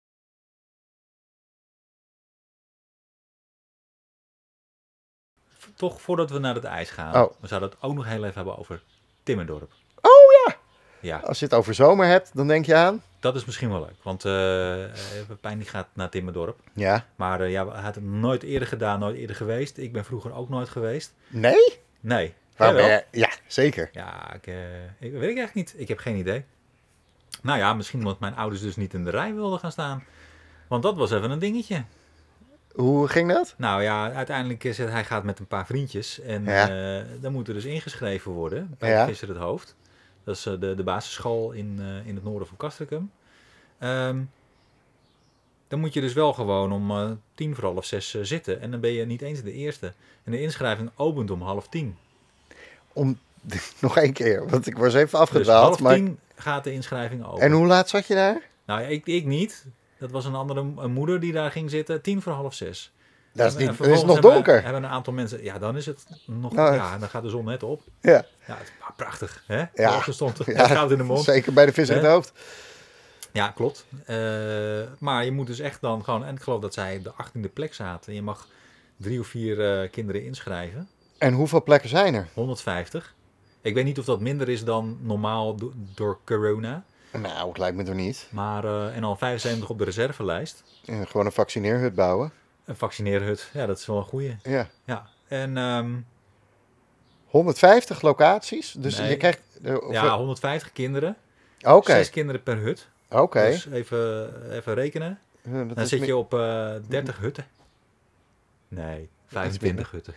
S1: Toch voordat we naar het ijs gaan.
S2: Oh.
S1: We zouden het ook nog heel even hebben over Timmendorp.
S2: Oh ja!
S1: Ja,
S2: Als je het over zomer hebt, dan denk je aan...
S1: dat is misschien wel leuk. Want uh, Pepijn die gaat naar Timmendorp.
S2: Ja.
S1: Maar uh, ja, hij had het nooit eerder gedaan, nooit eerder geweest. Ik ben vroeger ook nooit geweest.
S2: Nee?
S1: Nee.
S2: Waar
S1: Jij wel?
S2: ben je? Ja, zeker.
S1: Ja, ik, uh, ik weet ik eigenlijk niet. Ik heb geen idee. Nou ja, misschien omdat mijn ouders dus niet in de rij wilden gaan staan. Want dat was even een dingetje.
S2: Hoe ging dat?
S1: Nou ja, uiteindelijk is het, hij gaat met een paar vriendjes. En
S2: Ja.
S1: uh, dan moet er dus ingeschreven worden bij
S2: Ja.
S1: Visser het Hoofd. Dat is uh, de, de basisschool in, uh, in het noorden van Castricum. Um, dan moet je dus wel gewoon om uh, tien voor half zes uh, zitten. En dan ben je niet eens de eerste. En de inschrijving opent om half tien.
S2: Om... Nog één keer, want ik was even
S1: Dus
S2: afgedwaald.
S1: half
S2: maar...
S1: tien gaat de inschrijving open.
S2: En hoe laat zat je daar?
S1: Nou ja, ik, ik niet. Dat was een andere een moeder die daar ging zitten. Tien voor half zes.
S2: Dat is,
S1: En
S2: niet, het is
S1: vervolgens
S2: nog
S1: hebben-
S2: donker.
S1: Hebben een aantal mensen... Ja, dan is het nog...
S2: Nou,
S1: ja, dan gaat de zon net op.
S2: Ja,
S1: Ja, het is prachtig. Hè?
S2: Ja.
S1: Er stond
S2: Ja,
S1: ja, goud in de mond.
S2: zeker bij de vis in
S1: Hè?
S2: het hoofd.
S1: Ja, klopt. Uh, maar je moet dus echt dan gewoon... En ik geloof dat zij de achttiende plek zaten. Je mag drie of vier uh, kinderen inschrijven.
S2: En hoeveel plekken zijn er?
S1: honderdvijftig. Ik weet niet of dat minder is dan normaal do- door corona.
S2: Nou, het lijkt me toch niet.
S1: Maar, uh, en al vijfenzeventig op de reservelijst.
S2: Ja, gewoon een vaccineerhut bouwen.
S1: Een vaccineerhut. Ja, dat is wel een goeie.
S2: Ja.
S1: Ja, en... Um,
S2: honderdvijftig locaties. Dus
S1: Nee.
S2: je krijgt... Uh, of-
S1: ja, honderdvijftig kinderen.
S2: Oké,
S1: Okay. Zes kinderen per hut.
S2: oké.
S1: Dus even, even rekenen.
S2: Uh, dat
S1: Dan
S2: is
S1: zit
S2: mi-
S1: je op uh, dertig hutten. Nee, vijfentwintig hutten.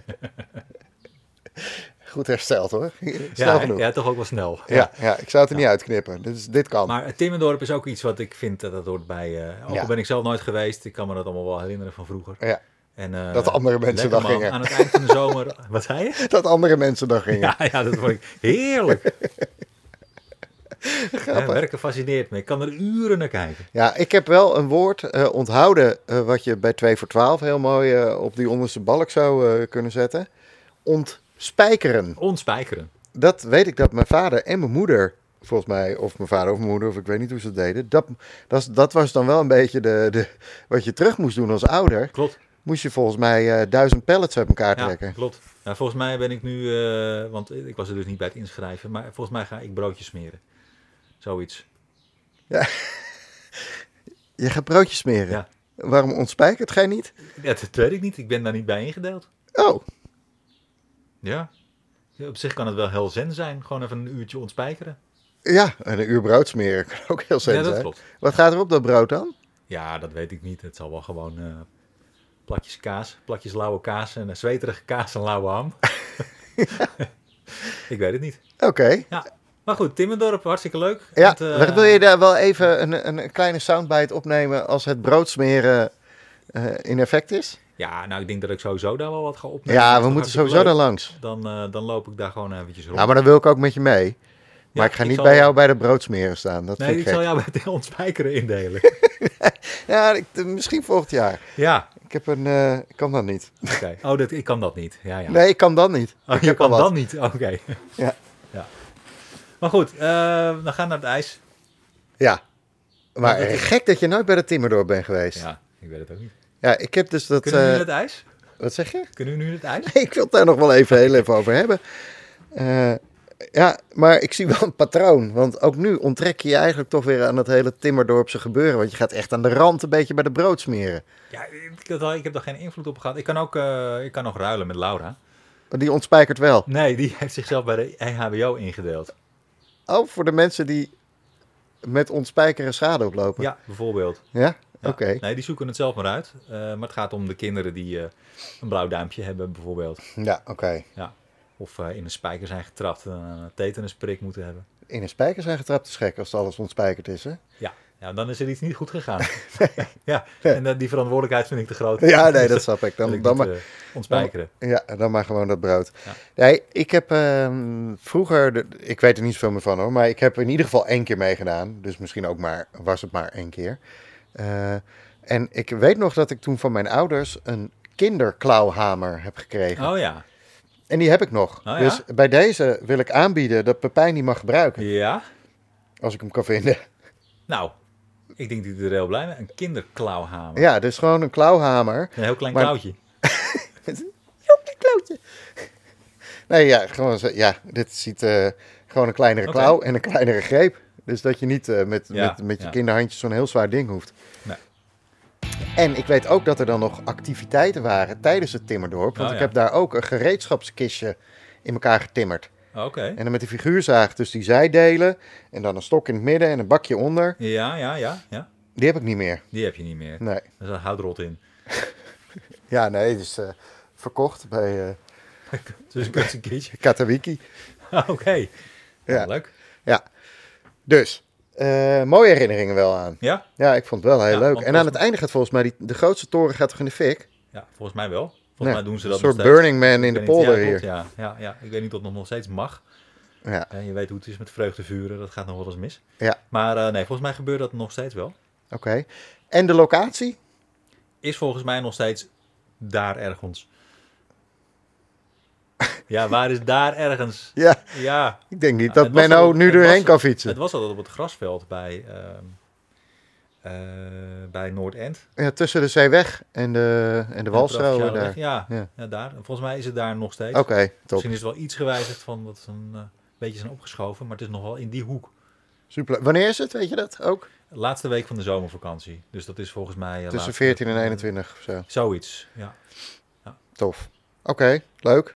S2: Goed hersteld hoor. Snel
S1: Ja,
S2: genoeg. Ja,
S1: ja, toch ook wel snel.
S2: ja, ik zou het er niet uitknippen. Dit, is, dit kan.
S1: Maar Timmendorp is ook iets wat ik vind dat dat hoort bij... Uh, ook
S2: Ja.
S1: al ben ik zelf nooit geweest, ik kan me dat allemaal wel herinneren van vroeger.
S2: Ja.
S1: En, uh,
S2: Dat andere mensen
S1: lekker
S2: dan
S1: man,
S2: gingen.
S1: aan het eind van de zomer... Wat zei je?
S2: Dat andere mensen dan gingen.
S1: Ja, ja, dat vond ik heerlijk. Ja, werken fascineert me. Ik kan er uren naar kijken.
S2: Ja, ik heb wel een woord uh, onthouden uh, wat je bij twee voor twaalf heel mooi uh, op die onderste balk zou uh, kunnen zetten. Ontspijkeren.
S1: Ontspijkeren.
S2: Dat weet ik dat mijn vader en mijn moeder, volgens mij, of mijn vader of mijn moeder, of ik weet niet hoe ze dat deden. Dat, dat, dat was dan wel een beetje de, de, wat je terug moest doen als ouder.
S1: Klopt.
S2: Moest je volgens mij uh, duizend pallets uit elkaar
S1: Ja,
S2: trekken.
S1: klopt. Ja, volgens mij ben ik nu, uh, want ik was er dus niet bij het inschrijven, maar volgens mij ga ik broodjes smeren. Zoiets.
S2: Je gaat broodjes smeren.
S1: Ja.
S2: Waarom ontspijkert gij niet?
S1: Ja, dat weet ik niet. Ik ben daar niet bij ingedeeld.
S2: Oh,
S1: Ja. Ja, op zich kan het wel heel zen zijn. Gewoon even een uurtje ontspijkeren.
S2: ja, en een uur brood smeren kan ook heel zen
S1: Ja, dat
S2: zijn.
S1: klopt.
S2: Wat gaat er op dat brood dan?
S1: Ja, dat weet ik niet. Het zal wel gewoon uh, platjes kaas, platjes lauwe kaas en uh, zweterige kaas en lauwe ham. Ik weet het niet.
S2: Oké. Okay.
S1: Ja. Maar goed, Timmendorp, hartstikke leuk.
S2: Ja,
S1: Het, uh,
S2: wil je daar wel even een, een, een kleine soundbite opnemen als het broodsmeren uh, in effect is?
S1: Ja, nou, ik denk dat ik sowieso daar wel wat ga opnemen.
S2: Ja,
S1: Dat is
S2: we
S1: toch
S2: moeten
S1: hartstikke
S2: sowieso
S1: leuk.
S2: daar langs.
S1: Dan, uh, dan loop ik daar gewoon eventjes rond.
S2: Ja, maar dan wil ik ook met je mee. Maar ik ga niet
S1: zal-
S2: bij jou bij de broodsmeren staan. Dat
S1: Nee,
S2: vind
S1: ik
S2: ik
S1: zal
S2: gek.
S1: jou bij de ontspijkeren indelen.
S2: Ja, ik, misschien volgend jaar.
S1: Ja,
S2: Ik heb een... eh, ik kan dat niet.
S1: oké. Oh, dat, ik kan dat niet. Ja, ja.
S2: Nee, ik kan dat niet.
S1: Oh,
S2: ik
S1: je
S2: heb
S1: kan
S2: al wat.
S1: dan niet? Oké.
S2: Ja.
S1: ja. Maar goed, eh, we gaan naar het ijs.
S2: Ja. Maar
S1: Maar dat is-
S2: gek dat je nooit bij de Timmerdorp bent geweest. Ja,
S1: Ja, ik weet het ook niet.
S2: ik heb dus dat...
S1: Kunnen we nu
S2: eh,
S1: het ijs?
S2: wat zeg je?
S1: Kunnen we nu het ijs?
S2: Ik wil het daar nog wel even heel even over hebben. Eh, ja, maar ik zie wel een patroon. Want ook nu onttrek je je eigenlijk toch weer aan het hele Timmerdorpse gebeuren. Want je gaat echt aan de rand een beetje bij de brood smeren.
S1: Ja, ik, had al- ik heb daar geen invloed op gehad. Ik kan ook eh, ik kan nog ruilen met Laura.
S2: Die ontspijkert wel.
S1: Nee, die heeft zichzelf bij de E H B O ingedeeld.
S2: Oh, voor de mensen die met ontspijkeren schade oplopen.
S1: Ja, bijvoorbeeld.
S2: Ja?
S1: Ja.
S2: Oké.
S1: Nee, die zoeken het zelf maar uit. Eh, maar het gaat om de kinderen die eh, een blauw duimpje hebben, bijvoorbeeld.
S2: Ja, oké.
S1: Of eh, in een spijker zijn getrapt en een tetanusprik moeten hebben.
S2: In een spijker zijn getrapt is gek als alles ontspijkerd is, hè?
S1: Ja, dan is er iets niet goed gegaan. ja, en eh, die verantwoordelijkheid vind ik te groot.
S2: Ja, nee, dat snap ik.
S1: Wil
S2: Dan,
S1: ik
S2: dan,
S1: niet,
S2: maar,
S1: eh, ontspijkeren.
S2: ja, dan maar gewoon dat brood.
S1: Ja.
S2: Nee, ik heb ehm, vroeger, de- ik weet er niet zoveel meer van hoor, maar ik heb in ieder geval één keer meegedaan. Dus misschien ook maar, was het maar één keer. Eh, en ik weet nog dat ik toen van mijn ouders een kinderklauwhamer heb gekregen.
S1: Oh ja.
S2: En die heb ik nog.
S1: ja?
S2: Dus bij deze wil ik aanbieden dat Pepijn die mag gebruiken,
S1: Ja?
S2: als ik hem kan vinden.
S1: Nou, ik denk dat hij er heel blij mee. Een kinderklauwhamer.
S2: Ja, dus gewoon een klauwhamer.
S1: Een heel klein
S2: Maar-
S1: klauwtje.
S2: Nee, ja, gewoon zo, ja, dit ziet eh, gewoon een kleinere
S1: Oké.
S2: klauw en een kleinere greep. Dus dat je niet eh, met,
S1: Ja,
S2: met, met je
S1: ja.
S2: kinderhandjes zo'n heel zwaar ding hoeft.
S1: Nee.
S2: En ik weet ook dat er dan nog activiteiten waren tijdens het Timmerdorp. Want
S1: Oh,
S2: ik
S1: ja.
S2: heb daar ook een gereedschapskistje in elkaar getimmerd.
S1: Oké.
S2: En dan met die figuurzaag dus die zijdelen. En dan een stok in het midden en een bakje onder.
S1: Ja, ja, ja, ja.
S2: Die heb ik niet meer.
S1: Die heb je niet meer.
S2: Nee.
S1: Er is een houtrot in.
S2: Ja, nee, die is eh, verkocht bij eh
S1: Dus een kunst een keertje.
S2: Katawiki.
S1: Oké.
S2: Ja.
S1: Ja. Leuk.
S2: Dus, eh, mooie herinneringen wel aan.
S1: Ja?
S2: Ja, ik vond het wel heel
S1: Ja,
S2: leuk.
S1: want
S2: En aan
S1: volgens-
S2: het einde gaat volgens mij, die, de grootste toren gaat toch in de fik?
S1: Ja, volgens mij wel. Volgens
S2: Ja,
S1: mij doen ze
S2: een
S1: dat
S2: soort
S1: nog steeds.
S2: Burning Man in
S1: Ik
S2: de
S1: weet niet-
S2: polder
S1: ja,
S2: hier.
S1: klopt, Ja, ja, ja, ik weet niet of het nog steeds mag.
S2: Ja,
S1: Eh, je weet hoe het is met vreugdevuren, dat gaat nog wel eens mis.
S2: Ja.
S1: Maar eh, nee, volgens mij gebeurt dat nog steeds wel.
S2: oké. En de locatie?
S1: Is volgens mij nog steeds daar ergens. Ja, waar is daar ergens?
S2: Ja,
S1: Ja,
S2: ik denk niet
S1: Ja,
S2: dat
S1: het was
S2: Menno
S1: al-
S2: nu
S1: het
S2: doorheen
S1: was-
S2: kan fietsen.
S1: het was altijd op het grasveld bij, ehm eh, bij Noordend.
S2: Ja, tussen de Zeeweg en de, en de Walsrouwen
S1: Provinciale
S2: daar.
S1: weg. Ja,
S2: Ja.
S1: ja. daar. Volgens mij is het daar nog steeds.
S2: Oké, top.
S1: Misschien is het wel iets gewijzigd van dat ze een eh, beetje zijn opgeschoven, maar het is nog wel in die hoek.
S2: Super. Wanneer is het, weet je dat ook?
S1: Laatste week van de zomervakantie. Dus dat is volgens mij... eh,
S2: Tussen
S1: laatste-
S2: veertien en eenentwintig of zo.
S1: Zoiets, ja.
S2: Tof. Oké, leuk.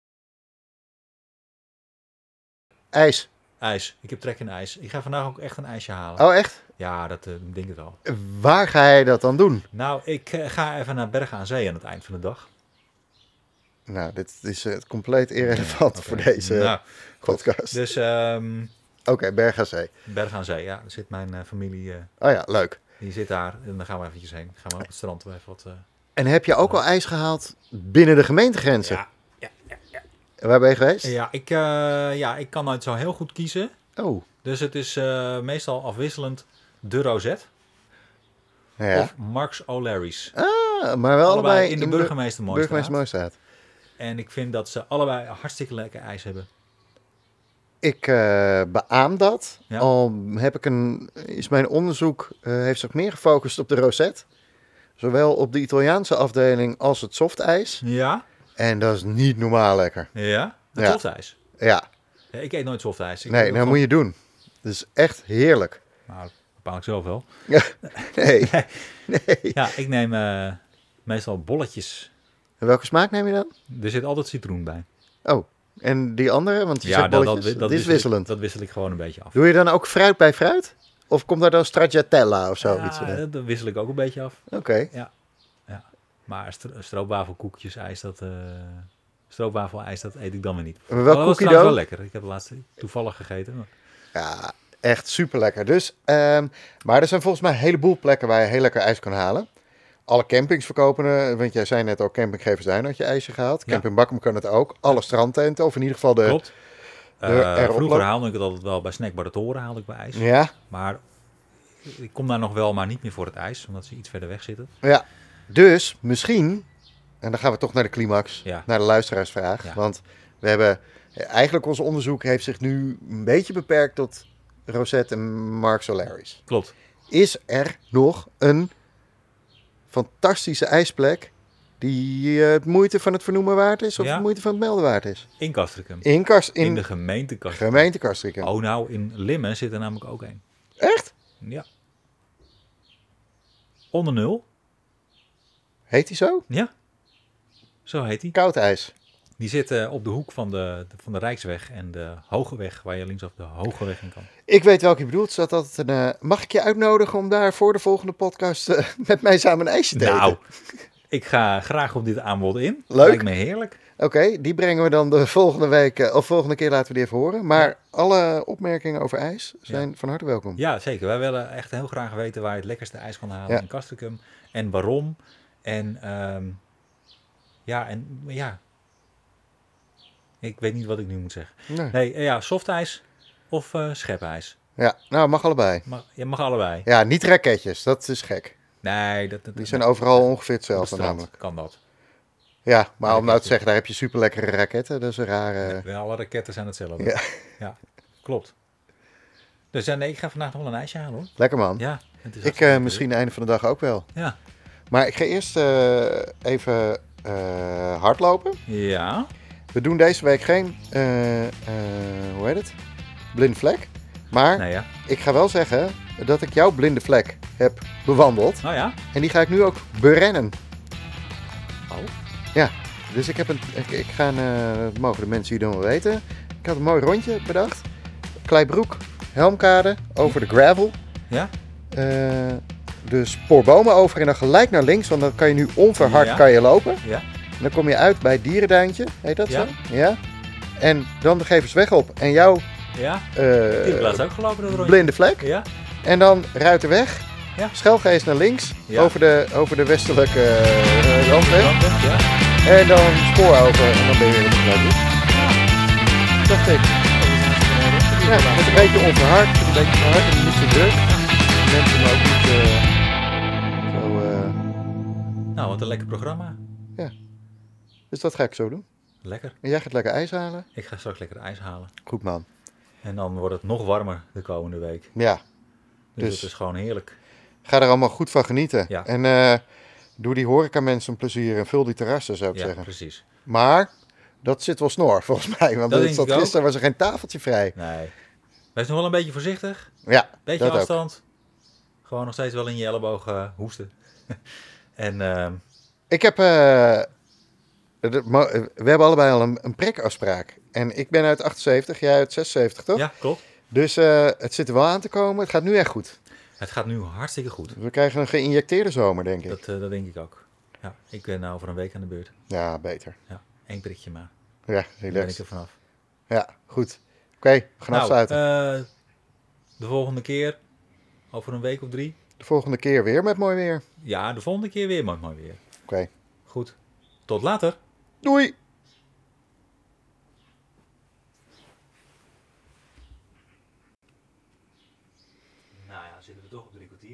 S2: IJs.
S1: IJs. Ik heb trek in ijs. Ik ga vandaag ook echt een ijsje halen.
S2: Oh, echt?
S1: Ja, dat eh, denk ik wel.
S2: Waar ga je dat dan doen?
S1: Nou, ik eh, ga even naar Bergen aan Zee aan het eind van de dag.
S2: Nou, dit is eh, compleet irrelevant
S1: Oké.
S2: voor deze
S1: Nou,
S2: podcast.
S1: dus ehm
S2: Oké, Berg aan Zee.
S1: Bergen aan Zee, ja. Daar zit mijn eh, familie, eh,
S2: Oh ja, leuk.
S1: die zit daar. En dan gaan we eventjes heen. Gaan we op het strand even wat... eh,
S2: En heb je ook al ijs gehaald binnen de gemeentegrenzen?
S1: Ja, ja, ja, ja.
S2: Waar ben je geweest?
S1: Ja, ik, eh, ja, ik kan nooit zo heel goed kiezen.
S2: Oh,
S1: Dus het is eh, meestal afwisselend de Rosette
S2: ja.
S1: of Mark's O'Larry's.
S2: Ah, maar wel allebei,
S1: in de Burgemeester Mooistraat.
S2: Burgemeester Mooistraat.
S1: En ik vind dat ze allebei hartstikke lekker ijs hebben.
S2: Ik eh beaam dat.
S1: Ja.
S2: Al heb ik een, is mijn onderzoek eh, heeft zich meer gefocust op de Rosette. Zowel op de Italiaanse afdeling als het softijs.
S1: Ja?
S2: En dat is niet normaal lekker.
S1: Ja? Het
S2: Ja.
S1: softijs.
S2: Ja,
S1: Ja, ik eet nooit softijs. Ik
S2: nee,
S1: eet ook
S2: dat moet je doen. Dat is echt heerlijk.
S1: gewoon- Nou, dat bepaal ik zelf wel.
S2: Nee, nee.
S1: Ja, ik neem eh, meestal bolletjes.
S2: En welke smaak neem je dan?
S1: Er zit altijd citroen bij.
S2: Oh, en die andere? Want je
S1: Ja,
S2: zegt
S1: dat,
S2: bolletjes.
S1: dat, dat,
S2: Dit is
S1: wissel ik-
S2: wisselend.
S1: dat wissel ik gewoon een beetje af.
S2: Doe je dan ook fruit bij fruit? Of komt daar dan stracciatella of zoiets?
S1: Ja,
S2: eh?
S1: dat, dat wissel ik ook een beetje af.
S2: Oké.
S1: Maar stro stroopwafelkoekjes, ijs, dat... eh stroopwafelijs, dat eet ik dan weer niet.
S2: Maar welk
S1: dat was
S2: cookie
S1: trouwens
S2: dan?
S1: wel lekker. Ik heb het laatst toevallig gegeten. maar-
S2: Ja, echt super lekker. Dus, ehm, maar er zijn volgens mij een heleboel plekken waar je heel lekker ijs kan halen. Alle campings verkopen er, want jij zei net al, campinggevers zijn had je ijsje gehaald.
S1: Ja.
S2: Camping Bakkum kan het ook. Alle strandtenten, of in ieder geval de,
S1: Klopt. Uh,
S2: erop
S1: vroeger
S2: loop-
S1: haalde ik het altijd wel bij Snackbar de Toren, haalde ik bij ijs.
S2: Ja,
S1: Maar ik kom daar nog wel, maar niet meer voor het ijs, omdat ze iets verder weg zitten.
S2: ja. Dus misschien, en dan gaan we toch naar de climax,
S1: Ja.
S2: naar de luisteraarsvraag.
S1: Ja.
S2: Want we hebben, eigenlijk ons onderzoek heeft zich nu een beetje beperkt tot Rosette en Mark Solaris.
S1: Klopt.
S2: Is er nog een fantastische ijsplek die uh, het moeite van het vernoemen waard is of
S1: Ja.
S2: het moeite van het melden waard is?
S1: In Castricum.
S2: In, Kast, in,
S1: In de gemeente Castricum.
S2: gemeente Castricum.
S1: Oh, nou, in Limmen zit er namelijk ook één.
S2: Echt?
S1: Ja. Onder nul.
S2: Heet die zo?
S1: Ja. Zo heet die.
S2: Koud ijs.
S1: Die zit uh, op de hoek van de, de, van de Rijksweg en de Hogeweg, waar je linksaf de Hogeweg in kan.
S2: Ik weet welke je bedoelt. Zat dat een, uh, mag ik je uitnodigen om daar voor de volgende podcast uh, met mij samen een ijsje te eten?
S1: Nou, ik ga graag op dit aanbod in.
S2: Leuk.
S1: Lijkt me heerlijk.
S2: Oké, okay, die brengen we dan de volgende week, uh, of volgende keer laten we die even horen. Maar ja. alle opmerkingen over ijs zijn ja. van harte welkom.
S1: Ja, zeker. Wij willen echt heel graag weten waar je het lekkerste ijs kan halen ja. in Castricum. En waarom. En um, ja, en ja... Ik weet niet wat ik nu moet zeggen. Nee, nee ja, softijs of uh, schepijs.
S2: Ja, nou, mag allebei.
S1: Mag, je mag allebei.
S2: Ja, niet raketjes, dat is gek.
S1: Nee, dat, dat,
S2: die zijn overal ongeveer hetzelfde namelijk.
S1: Kan dat.
S2: Ja, maar ja, om nou te zeggen, daar heb je super lekkere raketten. Dat is een rare...
S1: Nee, alle raketten zijn hetzelfde.
S2: Ja,
S1: ja klopt. Dus ja, nee, ik ga vandaag nog wel een ijsje halen hoor.
S2: Lekker man.
S1: Ja, het is
S2: ik uh, misschien einde van de dag ook wel.
S1: Ja.
S2: Maar ik ga eerst uh, even uh, hardlopen.
S1: Ja.
S2: We doen deze week geen, uh, uh, hoe heet het, blinde vlek. Maar
S1: nee, ja.
S2: ik ga wel zeggen dat ik jouw blinde vlek heb bewandeld.
S1: Oh ja?
S2: En die ga ik nu ook berennen.
S1: Oh?
S2: Ja, dus ik heb een, ik, ik ga, uh, dat mogen de mensen hier dan wel weten. Ik had een mooi rondje bedacht. Kleibroek, Helmkade, over de gravel.
S1: Ja?
S2: Uh, de spoorbomen over en dan gelijk naar links, want dan kan je nu onverhard
S1: ja.
S2: kan je lopen.
S1: Ja.
S2: Dan kom je uit bij het dierenduintje, heet dat
S1: ja.
S2: zo? Ja. En dan de Geversweg op. En jouw
S1: ja.
S2: Uh,
S1: die heb ik laatst ook gelopen. Dat
S2: blinde vlek.
S1: Ja.
S2: En dan Ruitenweg.
S1: Ja.
S2: Schelgeest naar links.
S1: Ja.
S2: Over, de, over de westelijke uh, landweg.
S1: Landweg, ja.
S2: En dan spoor over. En dan ben je weer in de vlek. Ja. Dacht ik. Ja, met een beetje onverhard. Met een beetje verhard en niet zo druk. Mensen maar ook niet uh, zo... Uh...
S1: Nou, wat een lekker programma.
S2: Ja. Dus dat ga ik zo doen.
S1: Lekker.
S2: En jij gaat lekker ijs halen?
S1: Ik ga straks lekker ijs halen.
S2: Goed man.
S1: En dan wordt het nog warmer de komende week.
S2: Ja.
S1: Dus, dus het is gewoon heerlijk.
S2: Ga er allemaal goed van genieten.
S1: Ja.
S2: En uh, doe die horeca mensen een plezier en vul die terrassen, zou ik
S1: ja,
S2: zeggen.
S1: Precies.
S2: Maar dat zit wel snor, volgens mij. Want
S1: dat
S2: het zat gisteren was er geen tafeltje vrij.
S1: Nee. Wees nog wel een beetje voorzichtig.
S2: Ja,
S1: beetje
S2: dat
S1: afstand.
S2: Ook.
S1: Gewoon nog steeds wel in je elleboog uh, hoesten. en uh,
S2: ik heb... Uh, de, we hebben allebei al een, een prekafspraak. En ik ben uit achtenzeventig, jij uit zesenzeventig, toch?
S1: Ja, klopt.
S2: Dus uh, het zit er wel aan te komen. Het gaat nu echt goed.
S1: Het gaat nu hartstikke goed.
S2: We krijgen een geïnjecteerde zomer, denk ik.
S1: Dat, uh, dat denk ik ook. Ja, ik ben nou over een week aan de beurt.
S2: Ja, beter.
S1: Ja, één prikje maar.
S2: Ja,
S1: relaxed.
S2: relaxed.
S1: Dan ben ik er vanaf.
S2: Ja, goed. Oké, okay, we gaan
S1: nou,
S2: afsluiten.
S1: Uh, de volgende keer, over een week of drie.
S2: De volgende keer weer met mooi weer.
S1: Ja, de volgende keer weer met mooi weer.
S2: Oké. Okay.
S1: Goed. Tot later.
S2: Doei!
S1: Nou ja, zitten we toch op drie kwartier.